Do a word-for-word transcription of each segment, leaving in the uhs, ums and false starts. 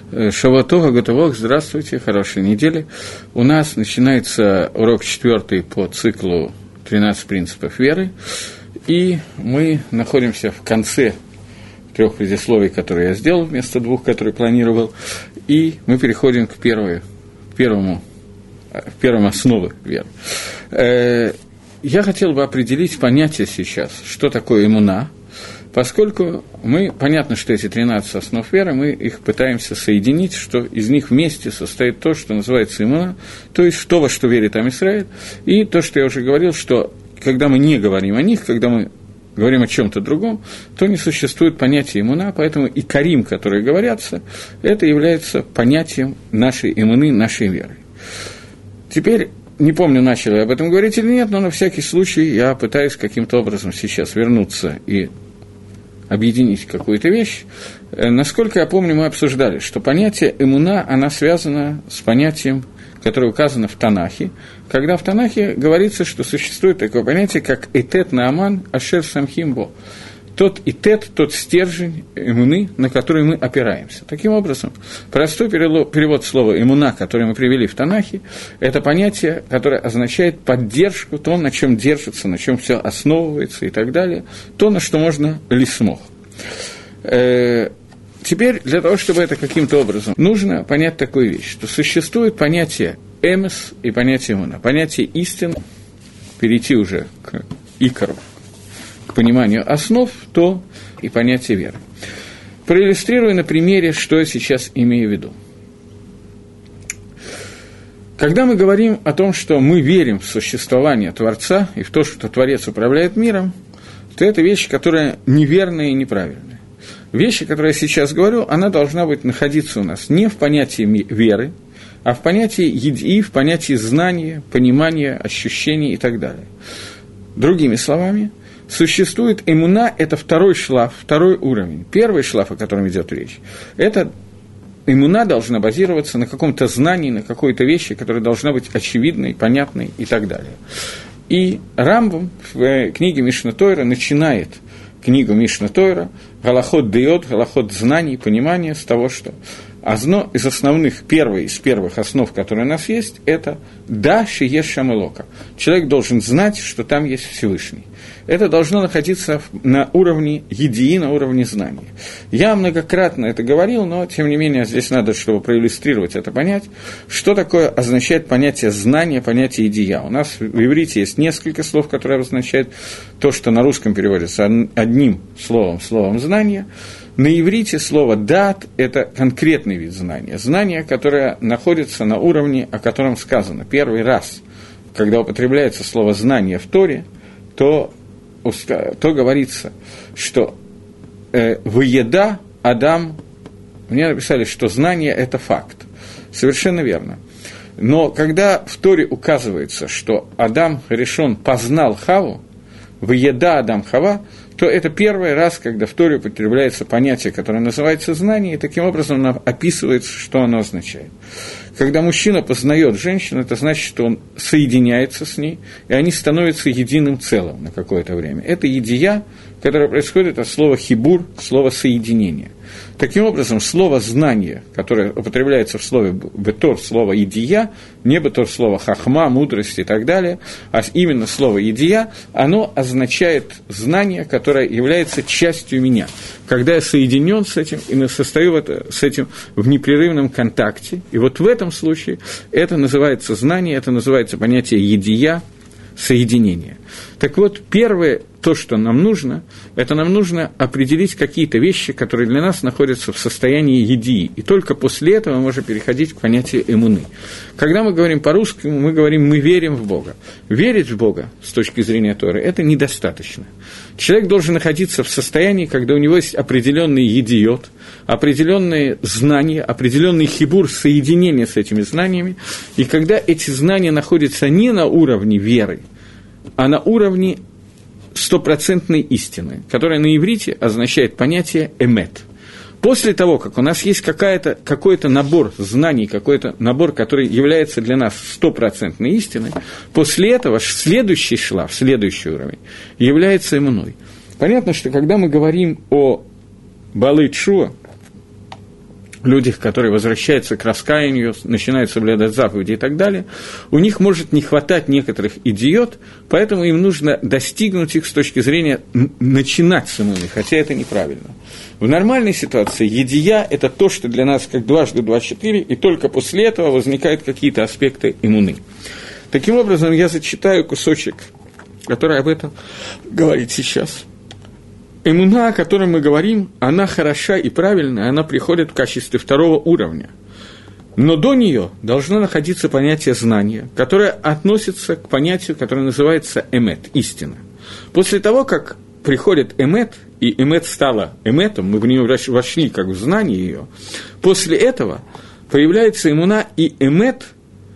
Шавуатова, Готовок, здравствуйте, хорошей недели. У нас начинается урок четвертый по циклу тринадцать принципов веры, и мы находимся в конце трех предисловий, которые я сделал вместо двух, которые планировал, и мы переходим к первой, первому, к первым основе веры. Я хотел бы определить понятие сейчас, что такое иммуна, поскольку мы, понятно, что эти тринадцать основ веры, мы их пытаемся соединить, что из них вместе состоит то, что называется иммуна, то есть то, во что верит Ам Исраэль, и то, что я уже говорил, что когда мы не говорим о них, когда мы говорим о чем-то другом, то не существует понятия иммуна, поэтому и карим, которые говорятся, это является понятием нашей иммуны, нашей веры. Теперь, не помню, начал я об этом говорить или нет, но на всякий случай я пытаюсь каким-то образом сейчас вернуться и объединить какую-то вещь. Насколько я помню, мы обсуждали, что понятие эмуна, оно связано с понятием, которое указано в Танахе, когда в Танахе говорится, что существует такое понятие, как «Этет нааман ашер самхимбо». Тот итет, тот стержень иммуны, на который мы опираемся. Таким образом, простой перевод слова «иммуна», который мы привели в Танахе, это понятие, которое означает поддержку, то, на чем держится, на чем все основывается и так далее, то, на что можно лисмох. Теперь, для того, чтобы это каким-то образом, нужно понять такую вещь, что существует понятие эмес и понятие иммуна, понятие истины, перейти уже к икору, к пониманию основ, то и понятие веры. Проиллюстрирую на примере, что я сейчас имею в виду. Когда мы говорим о том, что мы верим в существование Творца и в то, что Творец управляет миром, то это вещь, которая неверная и неправильная. Вещь, о которой я сейчас говорю, она должна быть находиться у нас не в понятии веры, а в понятии еди, в понятии знания, понимания, ощущений и так далее. Другими словами, существует иммуна, это второй шлаф, второй уровень. Первый шлаф, о котором идет речь, это иммуна должна базироваться на каком-то знании, на какой-то вещи, которая должна быть очевидной, понятной и так далее. И Рамбам в книге Мишна Тойра начинает книгу Мишна Тойра «Галахот деот», «Галахот знаний», понимания с того, что одно из основных, первое из первых основ, которые у нас есть, это «да шиеш шам элока». Человек должен знать, что там есть Всевышний. Это должно находиться на уровне едии, на уровне знания. Я многократно это говорил, но, тем не менее, здесь надо, чтобы проиллюстрировать это, понять, что такое означает понятие знания, понятие едия. У нас в иврите есть несколько слов, которые обозначают то, что на русском переводится одним словом, словом «знание». На иврите слово «дат» – это конкретный вид знания. Знание, которое находится на уровне, о котором сказано. Первый раз, когда употребляется слово «знание» в Торе, то, то говорится, что э, «выеда Адам», мне написали, что знание – это факт. Совершенно верно. Но когда в Торе указывается, что Адам решен познал Хаву, «выеда Адам Хава», то это первый раз, когда в Торе употребляется понятие, которое называется знание, и таким образом описывается, что оно означает. Когда мужчина познает женщину, это значит, что он соединяется с ней, и они становятся единым целым на какое-то время. Это едия, которое происходит от слова «хибур», слова «соединение». Таким образом, слово «знание», которое употребляется в слове «бетор», слово «едия», не «бетор» слово «хахма», «мудрость» и так далее, а именно слово «едия», оно означает знание, которое является частью меня. Когда я соединен с этим и состою это, с этим в непрерывном контакте, и вот в этом случае это называется знание, это называется понятие «едия», соединение. Так вот, первое, то, что нам нужно, это нам нужно определить какие-то вещи, которые для нас находятся в состоянии едии, и только после этого мы можем переходить к понятию эмуны. Когда мы говорим по-русски, мы говорим «мы верим в Бога». Верить в Бога, с точки зрения Торы, это недостаточно. Человек должен находиться в состоянии, когда у него есть определенный едиот, определенные знания, определенный хибур, соединение с этими знаниями, и когда эти знания находятся не на уровне веры, а на уровне стопроцентной истины, которая на иврите означает понятие «эмет». После того, как у нас есть какая-то, какой-то набор знаний, какой-то набор, который является для нас стопроцентной истиной, после этого следующий шлаф, следующий уровень, является эмуной. Понятно, что когда мы говорим о Баалей Тшува, люди, которые возвращаются к раскаянию, начинают соблюдать заповеди и так далее, у них может не хватать некоторых идиот, поэтому им нужно достигнуть их с точки зрения начинать с иммуны, хотя это неправильно. В нормальной ситуации едия – это то, что для нас как дважды два – четыре, и только после этого возникают какие-то аспекты иммуны. Таким образом, я зачитаю кусочек, который об этом говорит сейчас. Эмуна, о которой мы говорим, она хороша и правильная, она приходит в качестве второго уровня. Но до нее должно находиться понятие знания, которое относится к понятию, которое называется эмет, истина. После того, как приходит эмет, и эмет стала эметом, мы в нее вошли как в знание ее, после этого появляется эмуна, и эмет,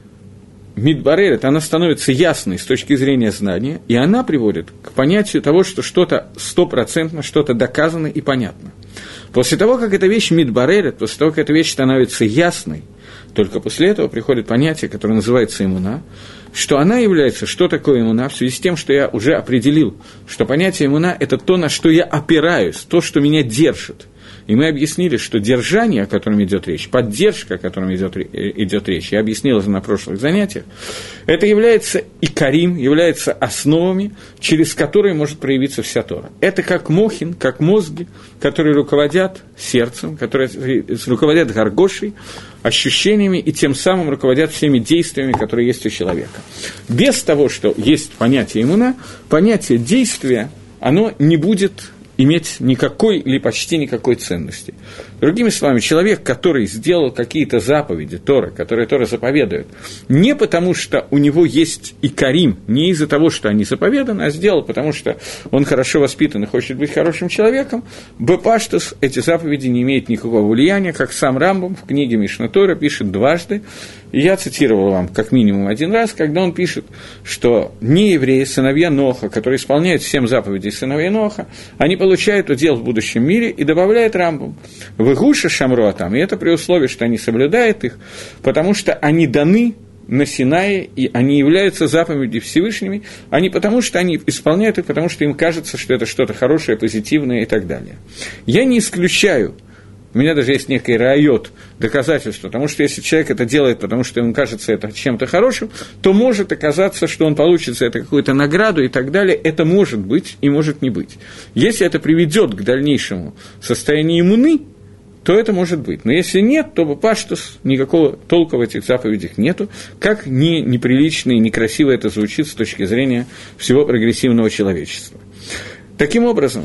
мидбаререт, она становится ясной с точки зрения знания, и она приводит к понятию того, что что-то стопроцентно, что-то доказано и понятно. После того, как эта вещь мидбаререт, после того, как эта вещь становится ясной, только после этого приходит понятие, которое называется иммуна, что она является, что такое иммуна, в связи с тем, что я уже определил, что понятие иммуна – это то, на что я опираюсь, то, что меня держит. И мы объяснили, что держание, о котором идет речь, поддержка, о котором идет, идет речь, я объяснил это на прошлых занятиях, это является икарим, является основами, через которые может проявиться вся Тора. Это как мохин, как мозги, которые руководят сердцем, которые руководят горгошей, ощущениями и тем самым руководят всеми действиями, которые есть у человека. Без того, что есть понятие иммуна, понятие действия, оно не будет иметь никакой или почти никакой ценности. Другими словами, человек, который сделал какие-то заповеди Торы, которые Тора заповедует, не потому, что у него есть икарим, не из-за того, что они заповеданы, а сделал, потому что он хорошо воспитан и хочет быть хорошим человеком, бепаштус, эти заповеди не имеют никакого влияния, как сам Рамбам в книге Мишна Тора пишет дважды, и я цитировал вам как минимум один раз, когда он пишет, что неевреи, сыновья Ноха, которые исполняют семь заповедей сыновей Ноха, они получают удел в будущем мире, и добавляет Рамбам «Вегуша шамруатам», и это при условии, что они соблюдают их, потому что они даны на Синае, и они являются заповедью Всевышними, а не потому, что они исполняют их, потому что им кажется, что это что-то хорошее, позитивное и так далее. Я не исключаю, у меня даже есть некий райот, доказательство, потому что если человек это делает, потому что ему кажется это чем-то хорошим, то может оказаться, что он получит за это какую-то награду и так далее. Это может быть и может не быть. Если это приведет к дальнейшему состоянию иммуны, то это может быть. Но если нет, то паштус, никакого толка в этих заповедях нету, как ни неприлично и некрасиво это звучит с точки зрения всего прогрессивного человечества. Таким образом,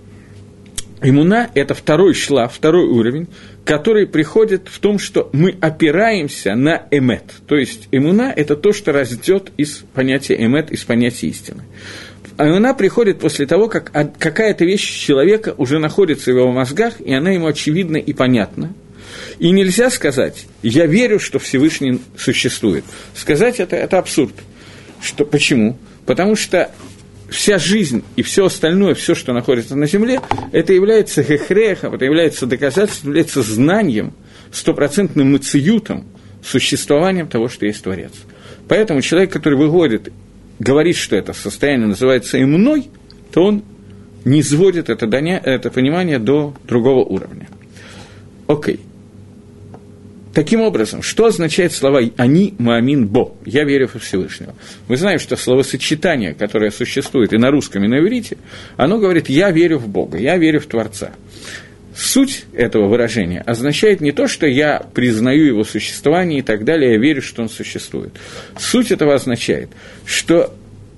иммуна – это второй шлаф, второй уровень, который приходит в том, что мы опираемся на эмет. То есть иммуна – это то, что растет из понятия эмет, из понятия истины. Она приходит после того, как какая-то вещь человека уже находится в его мозгах, и она ему очевидна и понятна. И нельзя сказать «я верю, что Всевышний существует». Сказать это – это абсурд. Что, почему? Потому что вся жизнь и все остальное, все, что находится на земле, это является хехрехом, это является доказательством, является знанием, стопроцентным мациютом, существованием того, что есть Творец. Поэтому человек, который выходит, говорит, что это состояние называется иммуной, то он не сводит это, это понимание до другого уровня. Окей. Таким образом, что означает слова «они маамин бо» – «я верю во Всевышнего». Мы знаем, что словосочетание, которое существует и на русском, и на иврите, оно говорит «я верю в Бога», «я верю в Творца». Суть этого выражения означает не то, что я признаю его существование и так далее, я верю, что он существует. Суть этого означает, что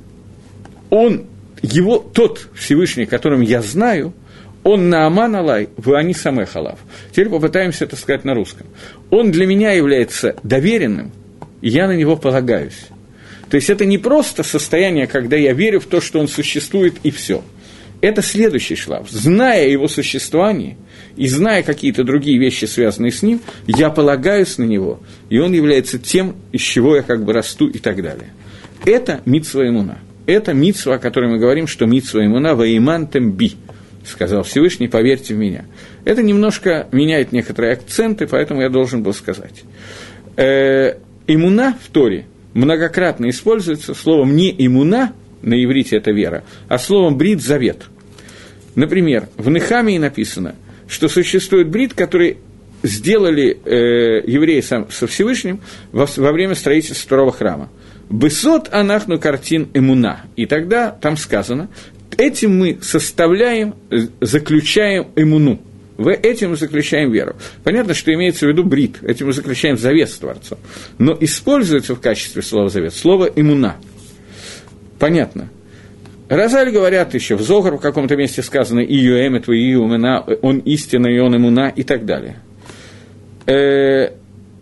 он, его, тот Всевышний, которым я знаю, он нааман алай, вы они самэ халав. Теперь попытаемся это сказать на русском. Он для меня является доверенным, и я на него полагаюсь. То есть это не просто состояние, когда я верю в то, что он существует, и все. Это следующий шлаф. Зная его существование и зная какие-то другие вещи, связанные с ним, я полагаюсь на него, и он является тем, из чего я как бы расту и так далее. Это мицва иммуна. Это мицва, о которой мы говорим, что мицва иммуна ваиман темби, сказал Всевышний, поверьте в меня. Это немножко меняет некоторые акценты, поэтому я должен был сказать. Э, иммуна в Торе многократно используется словом не иммуна, на иврите это вера, а словом брит – завет. Например, в Нехамии написано, что существует брит, который сделали э, евреи сам, со Всевышним во, во время строительства второго храма. «Бесот анахну картин эмуна». И тогда там сказано, этим мы составляем, заключаем эмуну. В этим мы заключаем веру. Понятно, что имеется в виду брит, этим мы заключаем завет с Творцом. Но используется в качестве слова завет слово эмуна. Понятно. Разаль говорят еще, в Зогар в каком-то месте сказано «Ию эмет, вы ию эмена», «Он истина, и он эмуна» и так далее. Э,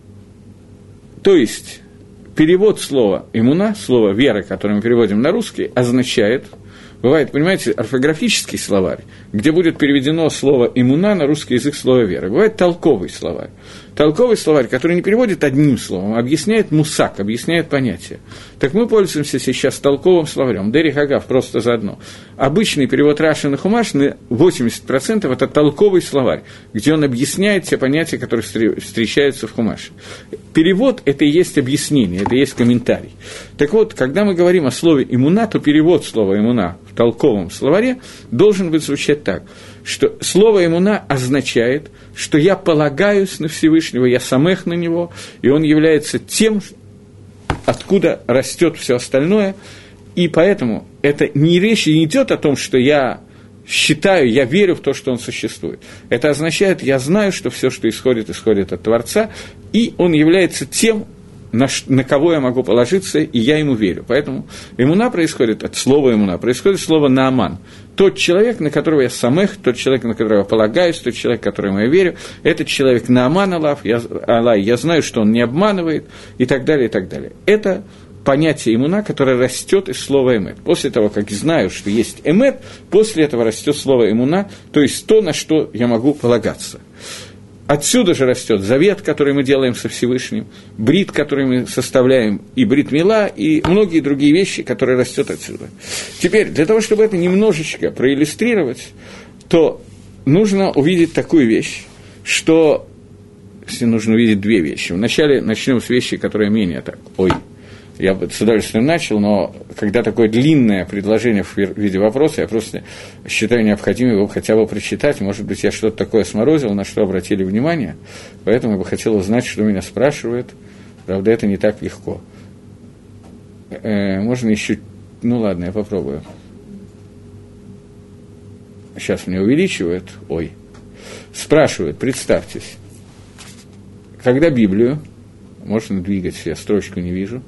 то есть, перевод слова «эмуна», слово «вера», которое мы переводим на русский, означает, бывает, понимаете, орфографический словарь, где будет переведено слово «эмуна» на русский язык слово «вера». Бывает толковый словарь. Толковый словарь, который не переводит одним словом, а объясняет мусак, объясняет понятие. Так мы пользуемся сейчас толковым словарем. Дери Хагав просто заодно. Обычный перевод Раши на Хумаш на восемьдесят процентов это толковый словарь, где он объясняет те понятия, которые встречаются в Хумаше. Перевод – это и есть объяснение, это и есть комментарий. Так вот, когда мы говорим о слове «имуна», то перевод слова «имуна» в толковом словаре должен быть звучать так, что слово «имуна» означает, что я полагаюсь на Всевышнего, я самех на Него, и Он является тем, откуда растет все остальное, и поэтому это не речь не идет о том, что я считаю, я верю в то, что Он существует. Это означает, я знаю, что все, что исходит, исходит от Творца, и Он является тем, на, на кого я могу положиться, и я ему верю. Поэтому имуна происходит от слова имуна, происходит слово нааман. Тот человек, на которого я самех, тот человек, на которого я полагаюсь, тот человек, которому я верю, этот человек нааман Аллах, я, Аллах, я знаю, что он не обманывает, и так далее, и так далее. Это понятие имуна, которое растет из слова эмет. После того, как знаю, что есть эмет, после этого растет слово имуна, то есть то, на что я могу полагаться. Отсюда же растет завет, который мы делаем со Всевышним, брит, который мы составляем, и брит мила, и многие другие вещи, которые растут отсюда. Теперь, для того, чтобы это немножечко проиллюстрировать, то нужно увидеть такую вещь, что... Если нужно увидеть две вещи. Вначале начнем с вещи, которые менее так. Ой, я бы с удовольствием начал, но когда такое длинное предложение в виде вопроса, я просто считаю необходимым его хотя бы прочитать. Может быть, я что-то такое сморозил, на что обратили внимание, поэтому я бы хотел узнать, что меня спрашивают. Правда, это не так легко. Э, можно еще... Ну, ладно, я попробую. Сейчас мне увеличивают. Ой. Спрашивают, представьтесь. Когда Библию... Можно двигать, я строчку не вижу.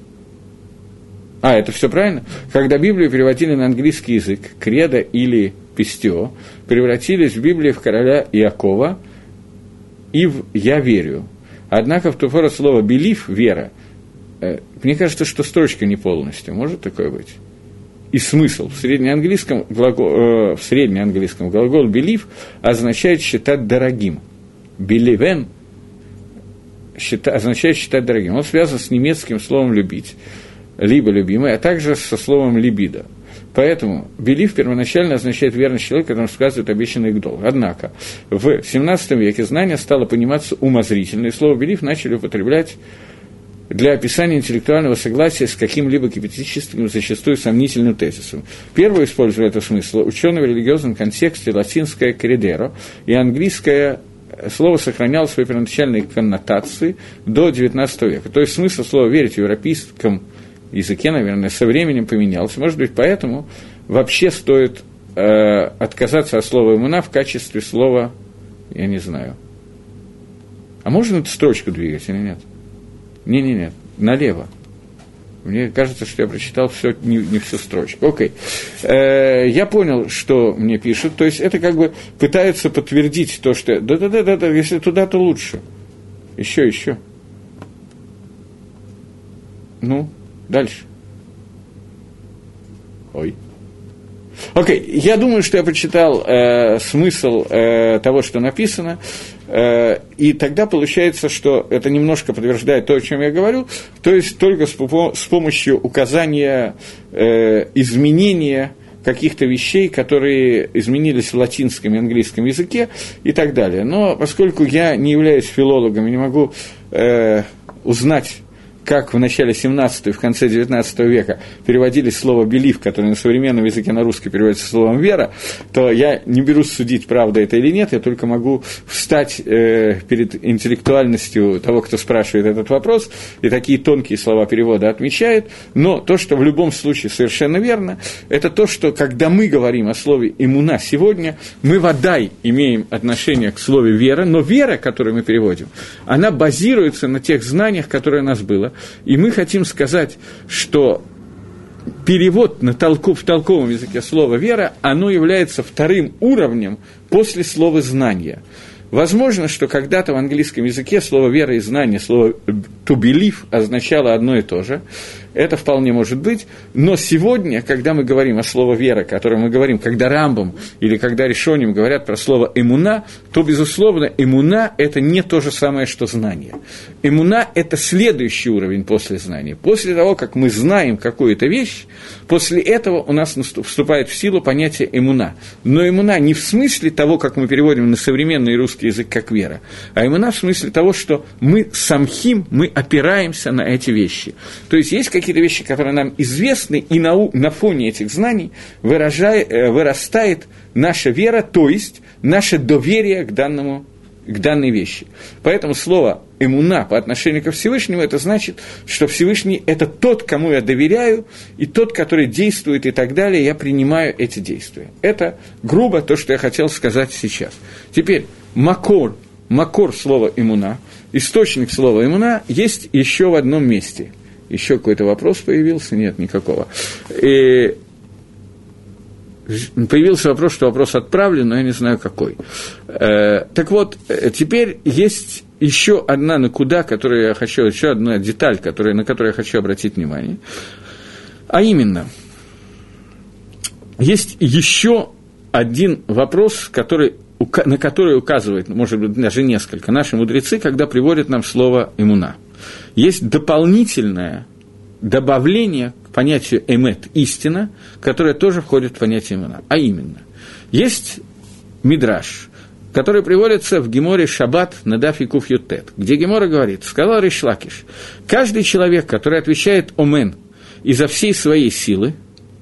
А, это все правильно? Когда Библию переводили на английский язык, кредо или пистио, превратились в Библию в короля Иакова и в «я верю». Однако в ту пору слово «белив» – «вера». Э, мне кажется, что строчка не полностью. Может такое быть? И смысл. В среднеанглийском глагол, э, в среднеанглийском глагол «белив» означает «считать дорогим». «Беливен» означает «считать дорогим». Он связан с немецким словом «любить», либо любимый, а также со словом «либидо». Поэтому «белив» первоначально означает верность человека, которому сказывают обещанный долг. Однако в семнадцатом веке знание стало пониматься умозрительно, и слово «белив» начали употреблять для описания интеллектуального согласия с каким-либо гипотетическим, зачастую сомнительным тезисом. Первое использовали это смысл ученые в религиозном контексте латинское «credero» и английское слово сохраняло свои первоначальные коннотации до девятнадцатого века. То есть смысл слова «верить» в европейском языке, наверное, со временем поменялся. Может быть, поэтому вообще стоит э, отказаться от слова «имуна» в качестве слова, я не знаю. А можно эту строчку двигать или нет? Не-не-не, налево. Мне кажется, что я прочитал всё, не, не всю строчку. Окей. Э, я понял, что мне пишут. То есть это как бы пытаются подтвердить то, что... Да-да-да, если туда, то лучше. Еще, еще. Ну, дальше. Ой. Окей, я думаю, что я прочитал э, смысл э, того, что написано, э, и тогда получается, что это немножко подтверждает то, о чем я говорю, то есть только с, с помощью указания э, изменения каких-то вещей, которые изменились в латинском и английском языке и так далее. Но поскольку я не являюсь филологом и не могу э, узнать как в начале семнадцатого и в конце девятнадцатого века переводили слово «белив», которое на современном языке на русский переводится словом «вера», то я не берусь судить, правда это или нет, я только могу встать э, перед интеллектуальностью того, кто спрашивает этот вопрос, и такие тонкие слова перевода отмечает, но то, что в любом случае совершенно верно, это то, что когда мы говорим о слове «иммуна» сегодня, мы водай имеем отношение к слову «вера», но вера, которую мы переводим, она базируется на тех знаниях, которые у нас было. И мы хотим сказать, что перевод на толку, в толковом языке слова «вера», оно является вторым уровнем после слова «знания». Возможно, что когда-то в английском языке слово «вера» и «знание», слово «to believe» означало одно и то же. Это вполне может быть, но сегодня, когда мы говорим о слове «вера», о котором мы говорим, когда Рамбам или когда Ришоним говорят про слово «эмуна», то, безусловно, «эмуна» – это не то же самое, что знание. «Эмуна» – это следующий уровень после знания. После того, как мы знаем какую-то вещь, после этого у нас вступает в силу понятие «эмуна». Но «эмуна» не в смысле того, как мы переводим на современный русский язык как «вера», а «эмуна» в смысле того, что мы самхим, мы опираемся на эти вещи. То есть, есть какие-то вещи, которые нам известны, и на, на фоне этих знаний выражает, вырастает наша вера, то есть наше доверие к, данному, к данной вещи. Поэтому слово «эмуна» по отношению ко Всевышнему, это значит, что Всевышний – это тот, кому я доверяю, и тот, который действует и так далее, я принимаю эти действия. Это грубо то, что я хотел сказать сейчас. Теперь «макор», «макор» слова «эмуна», источник слова «эмуна» есть еще в одном месте – еще какой-то вопрос появился? Нет, никакого. И появился вопрос, что вопрос отправлен, но я не знаю, какой. Так вот, теперь есть еще одна накуда, которую я хочу, еще одна деталь, которая, на которую я хочу обратить внимание. А именно, есть еще один вопрос, который, на который указывает, может быть, даже несколько, наши мудрецы, когда приводят нам слово «эмуна». Есть дополнительное добавление к понятию «эмет» – истина, которое тоже входит в понятие «эмуна». А именно, есть мидраш, который приводится в Геморе Шаббат на дафе Куф Ютет, где Гемора говорит, сказал Рейш Лакиш, каждый человек, который отвечает «омен» изо всей своей силы,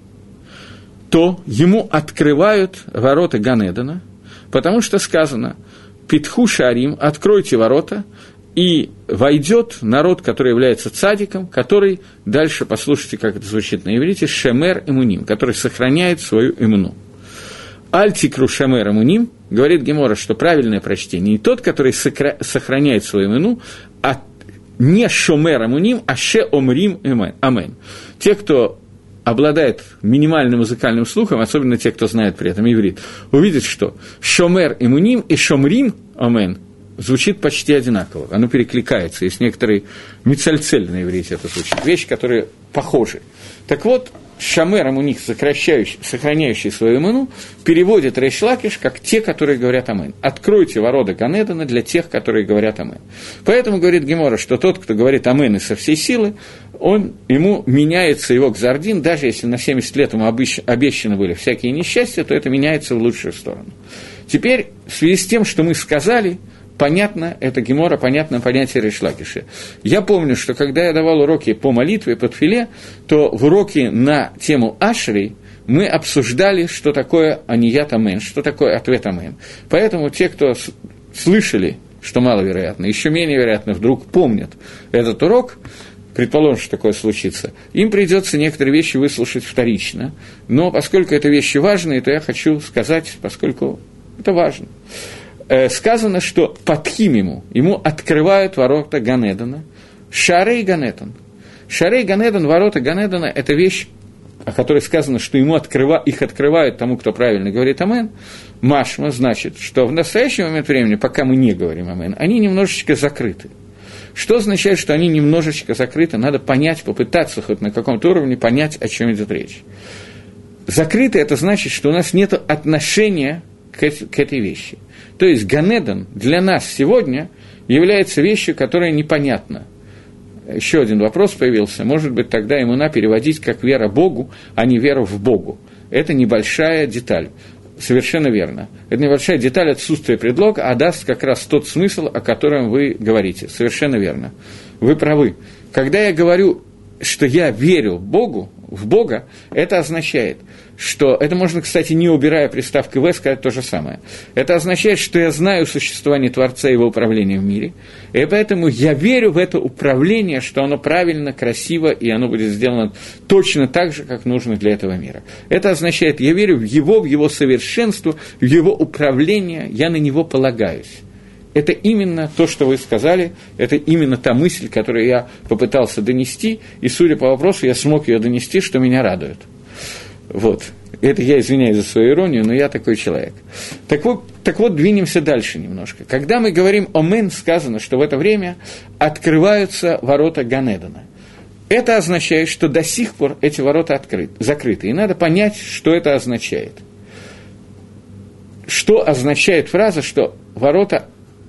то ему открывают ворота Ган-Эдена, потому что сказано «Питху шарим» – «откройте ворота», и войдет народ, который является цадиком, который, дальше послушайте, как это звучит на иврите, «шемер эмуним», который сохраняет свою эмуну. «Альтикру шемер эмуним», говорит Гемора, что правильное прочтение, не тот, который сохраняет свою эмуну, а не «шомер эмуним», а «ше омрим амен». Те, кто обладает минимальным музыкальным слухом, особенно те, кто знает при этом иврит, увидят, что «шомер эмуним» и «шомрим амен» звучит почти одинаково, оно перекликается, есть некоторые мицальцель на иврите это звучит, вещи, которые похожи. Так вот, шамером у них, сохраняющий свою эмуну, переводит Рейш Лакиш как те, которые говорят амен. Откройте ворота Ган-Эдена для тех, которые говорят амен. Поэтому говорит Гемора, что тот, кто говорит амен со всей силы, он, ему меняется его гзардин, даже если на семьдесят лет ему обещаны были всякие несчастья, то это меняется в лучшую сторону. Теперь, в связи с тем, что мы сказали, понятно, это Гемора, понятно понятие Рейш Лакиша. Я помню, что когда я давал уроки по молитве, по тфиле, то в уроке на тему Ашри мы обсуждали, что такое аният амен, что такое ответ амен. Поэтому те, кто слышали, что маловероятно, еще менее вероятно, вдруг помнят этот урок, предположим, что такое случится, им придется некоторые вещи выслушать вторично. Но поскольку это вещи важные, то я хочу сказать, поскольку это важно. Сказано, что подхим ему, ему открывают ворота Ган-Эдена, шарей Ган-Эден. Шарей Ган-Эден, ворота Ган-Эдена – это вещь, о которой сказано, что ему открыва, их открывают тому, кто правильно говорит амен. Машма значит, что в настоящий момент времени, пока мы не говорим амен, они немножечко закрыты. Что означает, что они немножечко закрыты? Надо понять, попытаться хоть на каком-то уровне понять, о чем идет речь. Закрыты – это значит, что у нас нет отношения к, к этой вещи. То есть Ган-Эден для нас сегодня является вещью, которая непонятна. Еще один вопрос появился. Может быть, тогда иммуна переводить как вера Богу, а не вера в Богу. Это небольшая деталь. Совершенно верно. Это небольшая деталь отсутствия предлога, а даст как раз тот смысл, о котором вы говорите. Совершенно верно. Вы правы. Когда я говорю, что я верю в Богу, в Бога, это означает, что, это можно, кстати, не убирая приставки «в», сказать то же самое. Это означает, что я знаю существование Творца и его управления в мире, и поэтому я верю в это управление, что оно правильно, красиво, и оно будет сделано точно так же, как нужно для этого мира. Это означает, я верю в его, в его совершенство, в его управление, я на него полагаюсь. Это именно то, что вы сказали, это именно та мысль, которую я попытался донести, и, судя по вопросу, я смог ее донести, что меня радует. Вот. Это я извиняюсь за свою иронию, но я такой человек. Так вот, так вот, двинемся дальше немножко. Когда мы говорим о Мен, сказано, что в это время открываются ворота Ганедана. Это означает, что до сих пор эти ворота открыты, закрыты, и надо понять, что это означает. Что означает фраза, что ворота...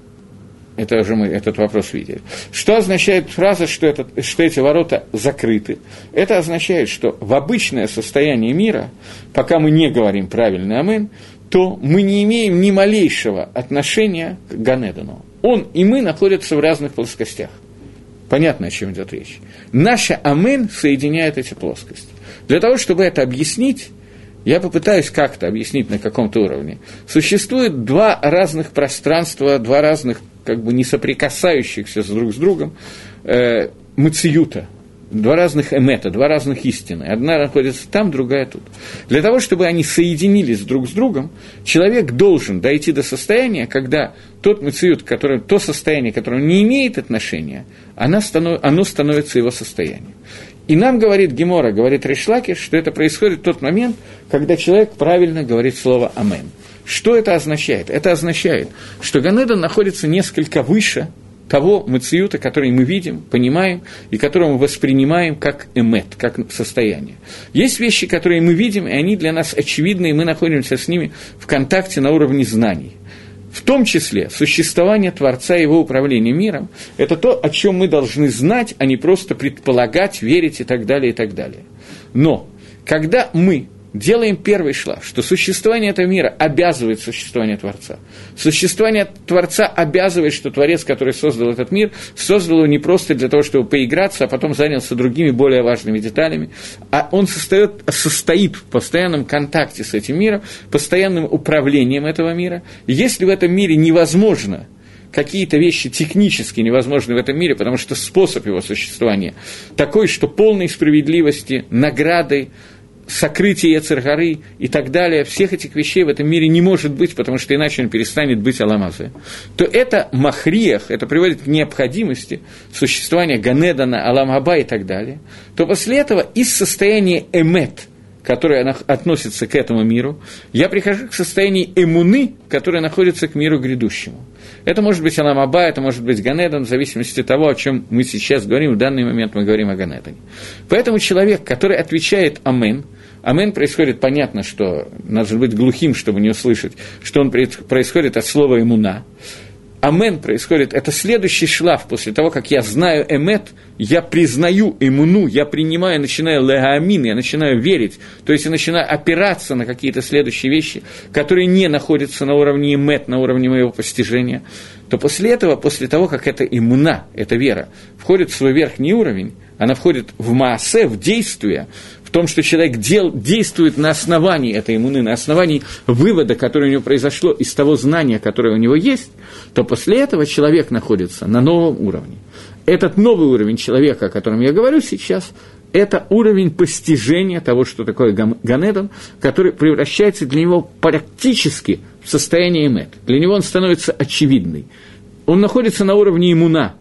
Это уже мы этот вопрос видели. Что означает фраза, что, это, что эти ворота закрыты? Это означает, что в обычное состояние мира, пока мы не говорим правильный амен, то мы не имеем ни малейшего отношения к Ганедану. Он и мы находятся в разных плоскостях. Понятно, о чем идет речь. Наше амен соединяет эти плоскости. Для того, чтобы это объяснить, я попытаюсь как-то объяснить на каком-то уровне. Существует два разных пространства, два разных, как бы не соприкасающихся друг с другом, э, мациюта, два разных эмета, два разных истины. Одна находится там, другая тут. Для того, чтобы они соединились друг с другом, человек должен дойти до состояния, когда тот мациют, который, то состояние, которое не имеет отношения, оно, станов, оно становится его состоянием. И нам говорит Гемора, говорит Рейш Лакиш, что это происходит в тот момент, когда человек правильно говорит слово «Амен». Что это означает? Это означает, что Ганедан находится несколько выше того мациюта, который мы видим, понимаем, и который мы воспринимаем как эмет, как состояние. Есть вещи, которые мы видим, и они для нас очевидны, и мы находимся с ними в контакте на уровне знаний. В том числе существование Творца и его управление миром – это то, о чем мы должны знать, а не просто предполагать, верить и так далее, и так далее. Но когда мы делаем первый шлаг, что существование этого мира обязывает существование Творца, существование Творца обязывает, что Творец, который создал этот мир, создал его не просто для того, чтобы поиграться, а потом занялся другими более важными деталями, а он состоит, состоит в постоянном контакте с этим миром, постоянным управлением этого мира. И если в этом мире невозможно какие-то вещи технически невозможны в этом мире, потому что способ его существования такой, что полной справедливости, награды, сокрытие Йецер Гары и так далее, всех этих вещей в этом мире не может быть, потому что иначе он перестанет быть Олам Азе, то это махриях, это приводит к необходимости существования Ганедана, Олам Аба и так далее, то после этого из состояния эмет, которое относится к этому миру, я прихожу к состоянию эмуны, которое находится к миру грядущему. Это может быть Олам Аба, это может быть Ганедан, в зависимости от того, о чем мы сейчас говорим, в данный момент мы говорим о Ганедане. Поэтому человек, который отвечает «Амен», «Амен» происходит, понятно, что надо быть глухим, чтобы не услышать, что он происходит от слова «эмуна». «Амен» происходит, это следующий шлаф после того, как я знаю «эмет», я признаю «эмуну», я принимаю, начинаю «легаамин», я начинаю верить, то есть я начинаю опираться на какие-то следующие вещи, которые не находятся на уровне «эмет», на уровне моего постижения, то после этого, после того, как эта «эмуна», эта вера, входит в свой верхний уровень, она входит в маасе, в действие, в том, что человек дел, действует на основании этой иммуны, на основании вывода, который у него произошло из того знания, которое у него есть, то после этого человек находится на новом уровне. Этот новый уровень человека, о котором я говорю сейчас, это уровень постижения того, что такое Ганедан, который превращается для него практически в состояние эмет. Для него он становится очевидный. Он находится на уровне иммуна.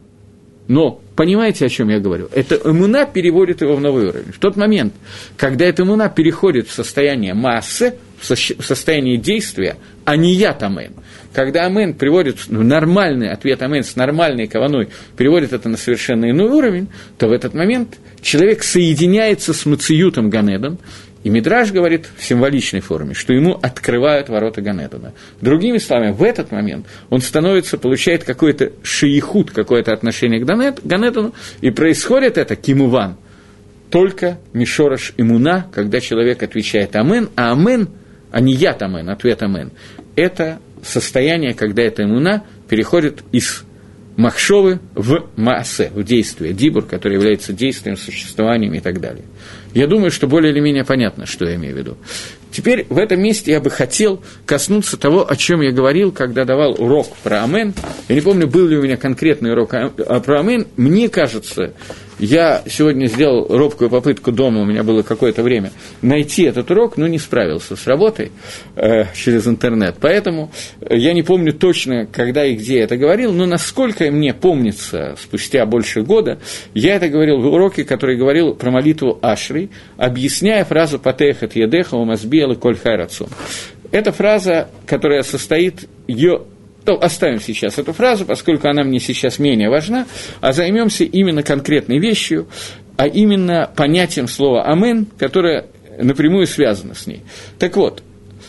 Но понимаете, о чем я говорю? Эта эмуна переводит его в новый уровень. В тот момент, когда эта эмуна переходит в состояние маасе, в состояние действия, а не ят амен, когда амен приводит в нормальный ответ амен с нормальной каваной, переводит это на совершенно иной уровень, то в этот момент человек соединяется с мациютом Ганедан, и Мидраш говорит в символичной форме, что ему открывают ворота Ганедана. Другими словами, в этот момент он становится, получает какой-то шеихут, какое-то отношение к Ганедану, и происходит это кимуван, только мишораш имуна, когда человек отвечает амен, а амен, а не ят амен, ответ амен, это состояние, когда эта имуна переходит из махшовы в маасе, в действие, дибур, который является действием, существованием и так далее. Я думаю, что более или менее понятно, что я имею в виду. Теперь в этом месте я бы хотел коснуться того, о чем я говорил, когда давал урок про амен. Я не помню, был ли у меня конкретный урок про амен. Мне кажется, я сегодня сделал робкую попытку дома, у меня было какое-то время, найти этот урок, но не справился с работой э, через интернет. Поэтому я не помню точно, когда и где я это говорил, но насколько мне помнится, спустя больше года, я это говорил в уроке, который говорил про молитву Ашри, объясняя фразу «Патехат едеха умазбиэл и коль хайрацун». Эта фраза, которая состоит, ее, то оставим сейчас эту фразу, поскольку она мне сейчас менее важна, а займемся именно конкретной вещью, а именно понятием слова «амен», которое напрямую связано с ней. Так вот,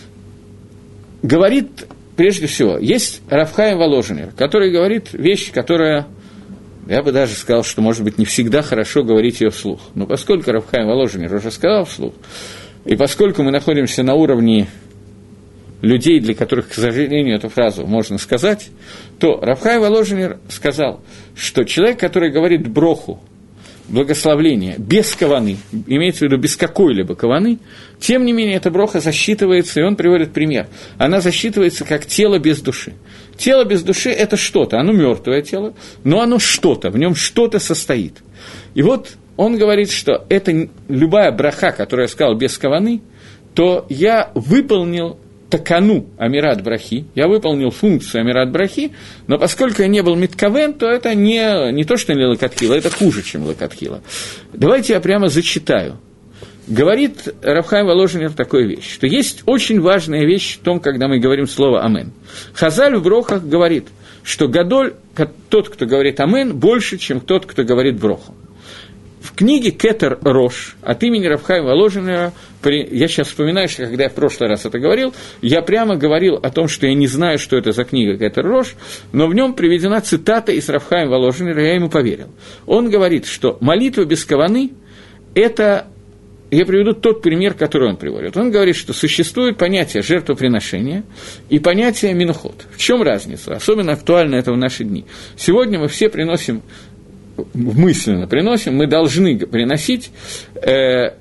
говорит, прежде всего, есть Рав Хаим Воложенер, который говорит вещь, которая... Я бы даже сказал, что, может быть, не всегда хорошо говорить ее вслух. Но поскольку Рав Хаим Воложенер уже сказал вслух, и поскольку мы находимся на уровне людей, для которых, к сожалению, эту фразу можно сказать, то Рав Хаим Воложенер сказал, что человек, который говорит броху, благословление, без каваны, имеется в виду без какой-либо каваны, тем не менее, эта броха засчитывается, и он приводит пример. Она засчитывается как тело без души. Тело без души – это что-то, оно мертвое тело, но оно что-то, в нем что-то состоит. И вот он говорит, что это любая браха, которую я сказал без каваны, то я выполнил такану амират брахи, я выполнил функцию амират брахи, но поскольку я не был миткавен, то это не, не то, что не лакатхила, это хуже, чем лакатхила. Давайте я прямо зачитаю. Говорит Рав Хаим Воложенер такую вещь, что есть очень важная вещь в том, когда мы говорим слово «амен». Хазаль в брохах говорит, что гадоль, тот, кто говорит «амен», больше, чем тот, кто говорит броху. В книге «Кетер Рош» от имени Рав Хаима Воложенера, я сейчас вспоминаю, что когда я в прошлый раз это говорил, я прямо говорил о том, что я не знаю, что это за книга «Кетер Рош», но в нем приведена цитата из Рав Хаима Воложенера, я ему поверил. Он говорит, что молитва без каваны – это… Я приведу тот пример, который он приводит. Он говорит, что существует понятие жертвоприношения и понятие минухот. В чем разница? Особенно актуально это в наши дни. Сегодня мы все приносим, мысленно приносим, мы должны приносить… Э,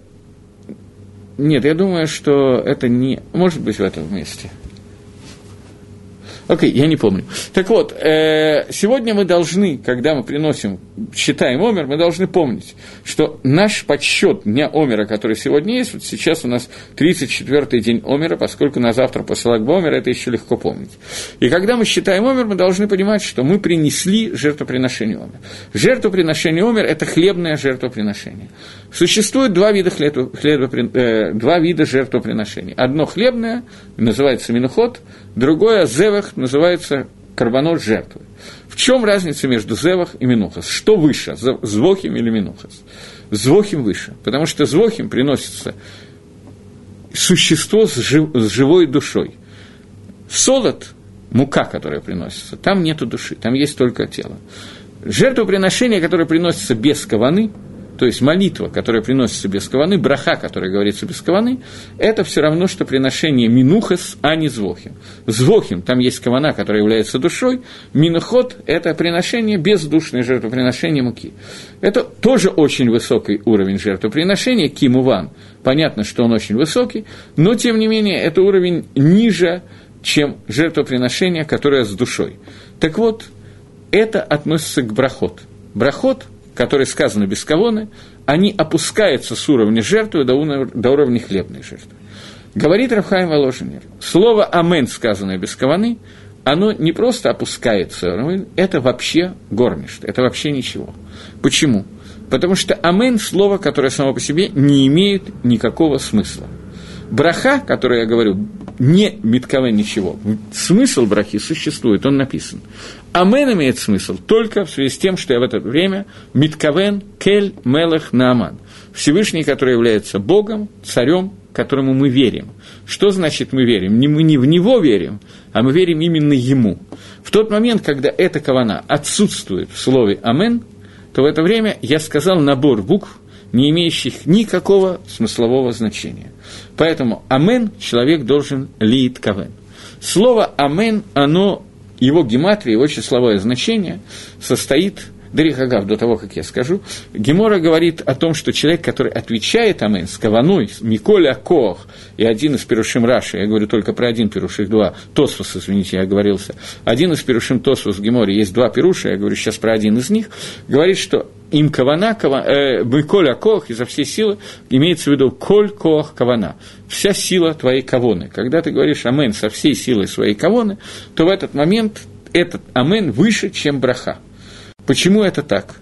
нет, я думаю, что это не… Может быть, в этом месте. Окей, okay, я не помню. Так вот, э, сегодня мы должны, когда мы приносим, считаем омер, мы должны помнить, что наш подсчет дня омера, который сегодня есть, вот сейчас у нас тридцать четвёртый день омера, поскольку на завтра после лагба омера это еще легко помнить. И когда мы считаем омер, мы должны понимать, что мы принесли жертвоприношение омер. Жертвоприношение омер – это хлебное жертвоприношение. Существует два вида, хлеб, хлебопри, э, два вида жертвоприношений. Одно хлебное, называется минухот, другое зевах, называется карбонот жертвы. В чем разница между зевах и минухас? Что выше, звохим или минухас? Звохим выше, потому что звохим приносится существо с, жив, с живой душой. Солод, мука, которая приносится, там нету души, там есть только тело. Жертвоприношение, которое приносится без каваны, то есть молитва, которая приносится без каваны, браха, которая говорится без каваны, это все равно, что приношение минухас, а не звохим. Звохим, там есть кавана, которая является душой, минухот – это приношение, бездушное жертвоприношение муки. Это тоже очень высокий уровень жертвоприношения, кимуван. Понятно, что он очень высокий, но, тем не менее, это уровень ниже, чем жертвоприношение, которое с душой. Так вот, это относится к брахот. Брахот, которые сказаны без кавоны, они опускаются с уровня жертвы до уровня, до уровня хлебной жертвы. Говорит Рав Хаим Воложенер, слово «амен», сказанное без каваны, оно не просто опускается, это вообще горништ, это вообще ничего. Почему? Потому что «амен» – слово, которое само по себе не имеет никакого смысла. Браха, которую я говорю, не миткавен ничего. Смысл брахи существует, он написан. Амен имеет смысл только в связи с тем, что я в это время миткавен кель мелех нааман. Всевышний, который является Богом, царем, которому мы верим. Что значит мы верим? Не мы не в него верим, а мы верим именно ему. В тот момент, когда эта кавана отсутствует в слове амен, то в это время я сказал набор букв, не имеющих никакого смыслового значения. Поэтому «амен» человек должен «лиит кавен». Слово «амен», оно его гематрия, его числовое значение состоит... Дарих Агав, до того, как я скажу, Гемора говорит о том, что человек, который отвечает амен с каваной, Миколя Коах, и один из пирушим Раши, я говорю только про один пируш, их два, Тосфос, извините, я оговорился, один из пирушим Тосфос в Геморе, есть два пируша, я говорю сейчас про один из них, говорит, что им кавана, кава, э, Миколя Коах, изо всей силы, имеется в виду коль коах кавана, вся сила твоей кавоны. Когда ты говоришь амен со всей силой своей кавоны, то в этот момент этот амен выше, чем браха. Почему это так?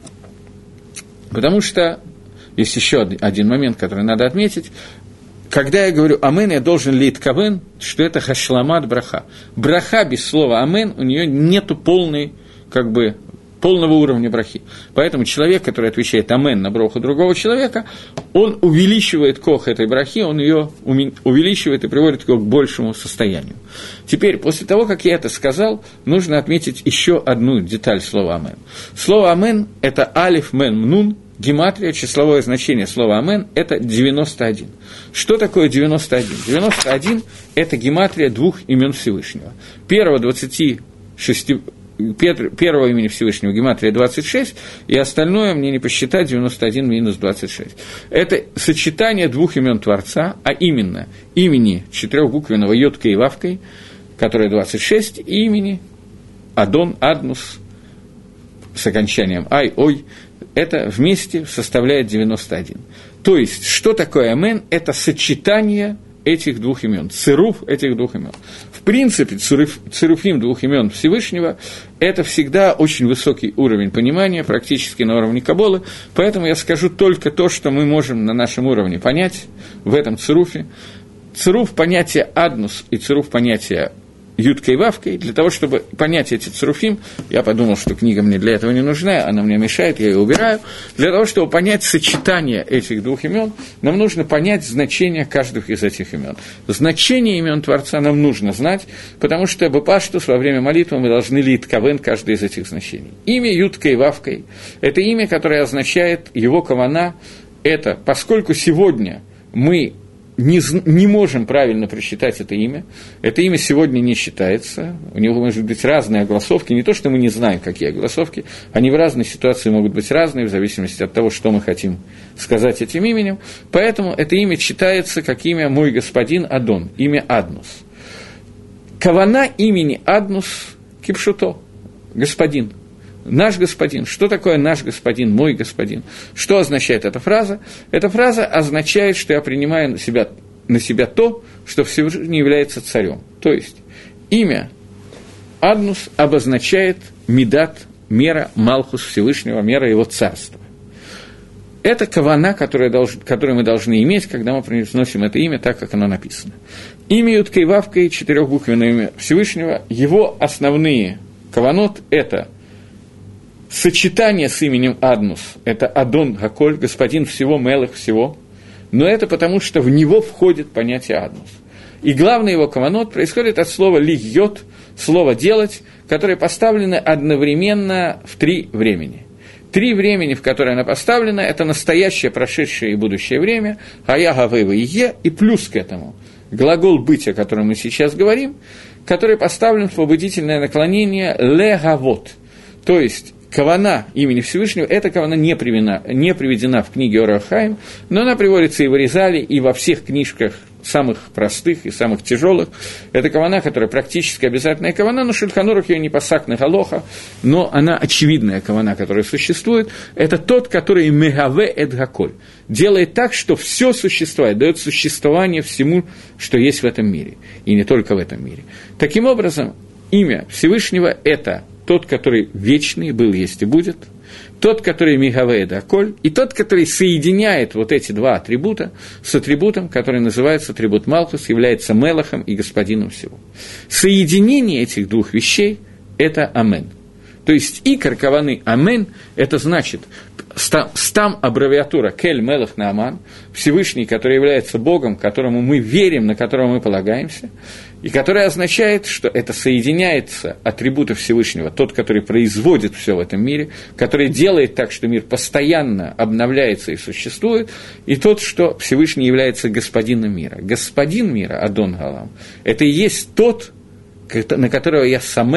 Потому что есть еще один момент, который надо отметить. Когда я говорю «амен», я должен лить кавен, что это хашламат браха. Браха без слова «амен», у нее нету полной, как бы, полного уровня брахи. Поэтому человек, который отвечает «амен» на браху другого человека, он увеличивает кох этой брахи, он ее увеличивает и приводит его к большему состоянию. Теперь, после того, как я это сказал, нужно отметить еще одну деталь слова «амен». Слово «амен» – это алиф, мен, мнун, гематрия, числовое значение слова «амен» – это девяносто один. Что такое девяносто один? девяносто один – это гематрия двух имен Всевышнего. Первого двадцати шести первого имени Всевышнего гематрия двадцать шесть, и остальное мне не посчитать девяносто один минус двадцать шесть. Это сочетание двух имен Творца, а именно имени четырехбуквенного Йодкой и Вавкой, которое двадцать шесть, и имени Адон, Аднус с окончанием Ай, Ой, это вместе составляет девяносто один. То есть, что такое Амен? Это сочетание этих двух имен, цируф этих двух имен. В принципе, цируф, цируфим двух имен Всевышнего – это всегда очень высокий уровень понимания, практически на уровне Каббалы, поэтому я скажу только то, что мы можем на нашем уровне понять в этом цируфе. Цируф понятия аднус и цируф понятия Юткой и Вавкой, для того, чтобы понять эти цируфим, я подумал, что книга мне для этого не нужна, она мне мешает, я ее убираю. Для того, чтобы понять сочетание этих двух имен, нам нужно понять значение каждого из этих имен. Значение имен Творца нам нужно знать, потому что бепаштус во время молитвы мы должны лить кавен каждое из этих значений. Имя Юткой и Вавкой – это имя, которое означает его кавана. Это поскольку сегодня мы Не, не можем правильно прочитать это имя. Это имя сегодня не считается. У него может быть разные огласовки. Не то, что мы не знаем, какие огласовки. Они в разной ситуации могут быть разные, в зависимости от того, что мы хотим сказать этим именем. Поэтому это имя читается как имя «Мой господин Адон», имя Аднус. Кавана имени Аднус кипшуто, господин. Наш господин. Что такое наш господин, мой господин? Что означает эта фраза? Эта фраза означает, что я принимаю на себя, на себя то, что Всевышний является царем. То есть имя Аднус обозначает Мидат, мера Малхус Всевышнего, мера его царства. Это кавана, которую, долж, которую мы должны иметь, когда мы произносим это имя так, как оно написано. Имя Юткой и Вавкой, четырехбуквенное имя Всевышнего, его основные каванот – это сочетание с именем Аднус – это Адон Гаколь, господин всего, Мелых всего, но это потому, что в него входит понятие Аднус. И главный его каванот происходит от слова «лигьот», слово «делать», которое поставлено одновременно в три времени. Три времени, в которые оно поставлено, это настоящее, прошедшее и будущее время, «хая гавэва и е», и плюс к этому глагол «быть», о котором мы сейчас говорим, который поставлен в побудительное наклонение «легавот», то есть кавана имени Всевышнего, эта кавана не приведена, не приведена в книге Ор ха-Хаим, но она приводится и в Аризале, и во всех книжках самых простых и самых тяжелых. Это кавана, которая практически обязательная кавана, но Шульхан Арух ее не пасак на галоха, но она очевидная кавана, которая существует. Это тот, который мегаве эт гаколь, делает так, что все существует, дает существование всему, что есть в этом мире, и не только в этом мире. Таким образом, имя Всевышнего – это тот, который вечный, был, есть и будет, тот, который мигаве эт гаколь, и тот, который соединяет вот эти два атрибута с атрибутом, который называется атрибут Малхус, является Мелахом и господином всего. Соединение этих двух вещей – это Амен. То есть икор каваны Амен – это значит стам аббревиатура Кель Мелах Нааман, Всевышний, который является Богом, которому мы верим, на которого мы полагаемся, и который означает, что это соединяется атрибуты Всевышнего, тот, который производит все в этом мире, который делает так, что мир постоянно обновляется и существует, и тот, что Всевышний является господином мира. Господин мира, Адон Галам, это и есть тот, на которого я самех,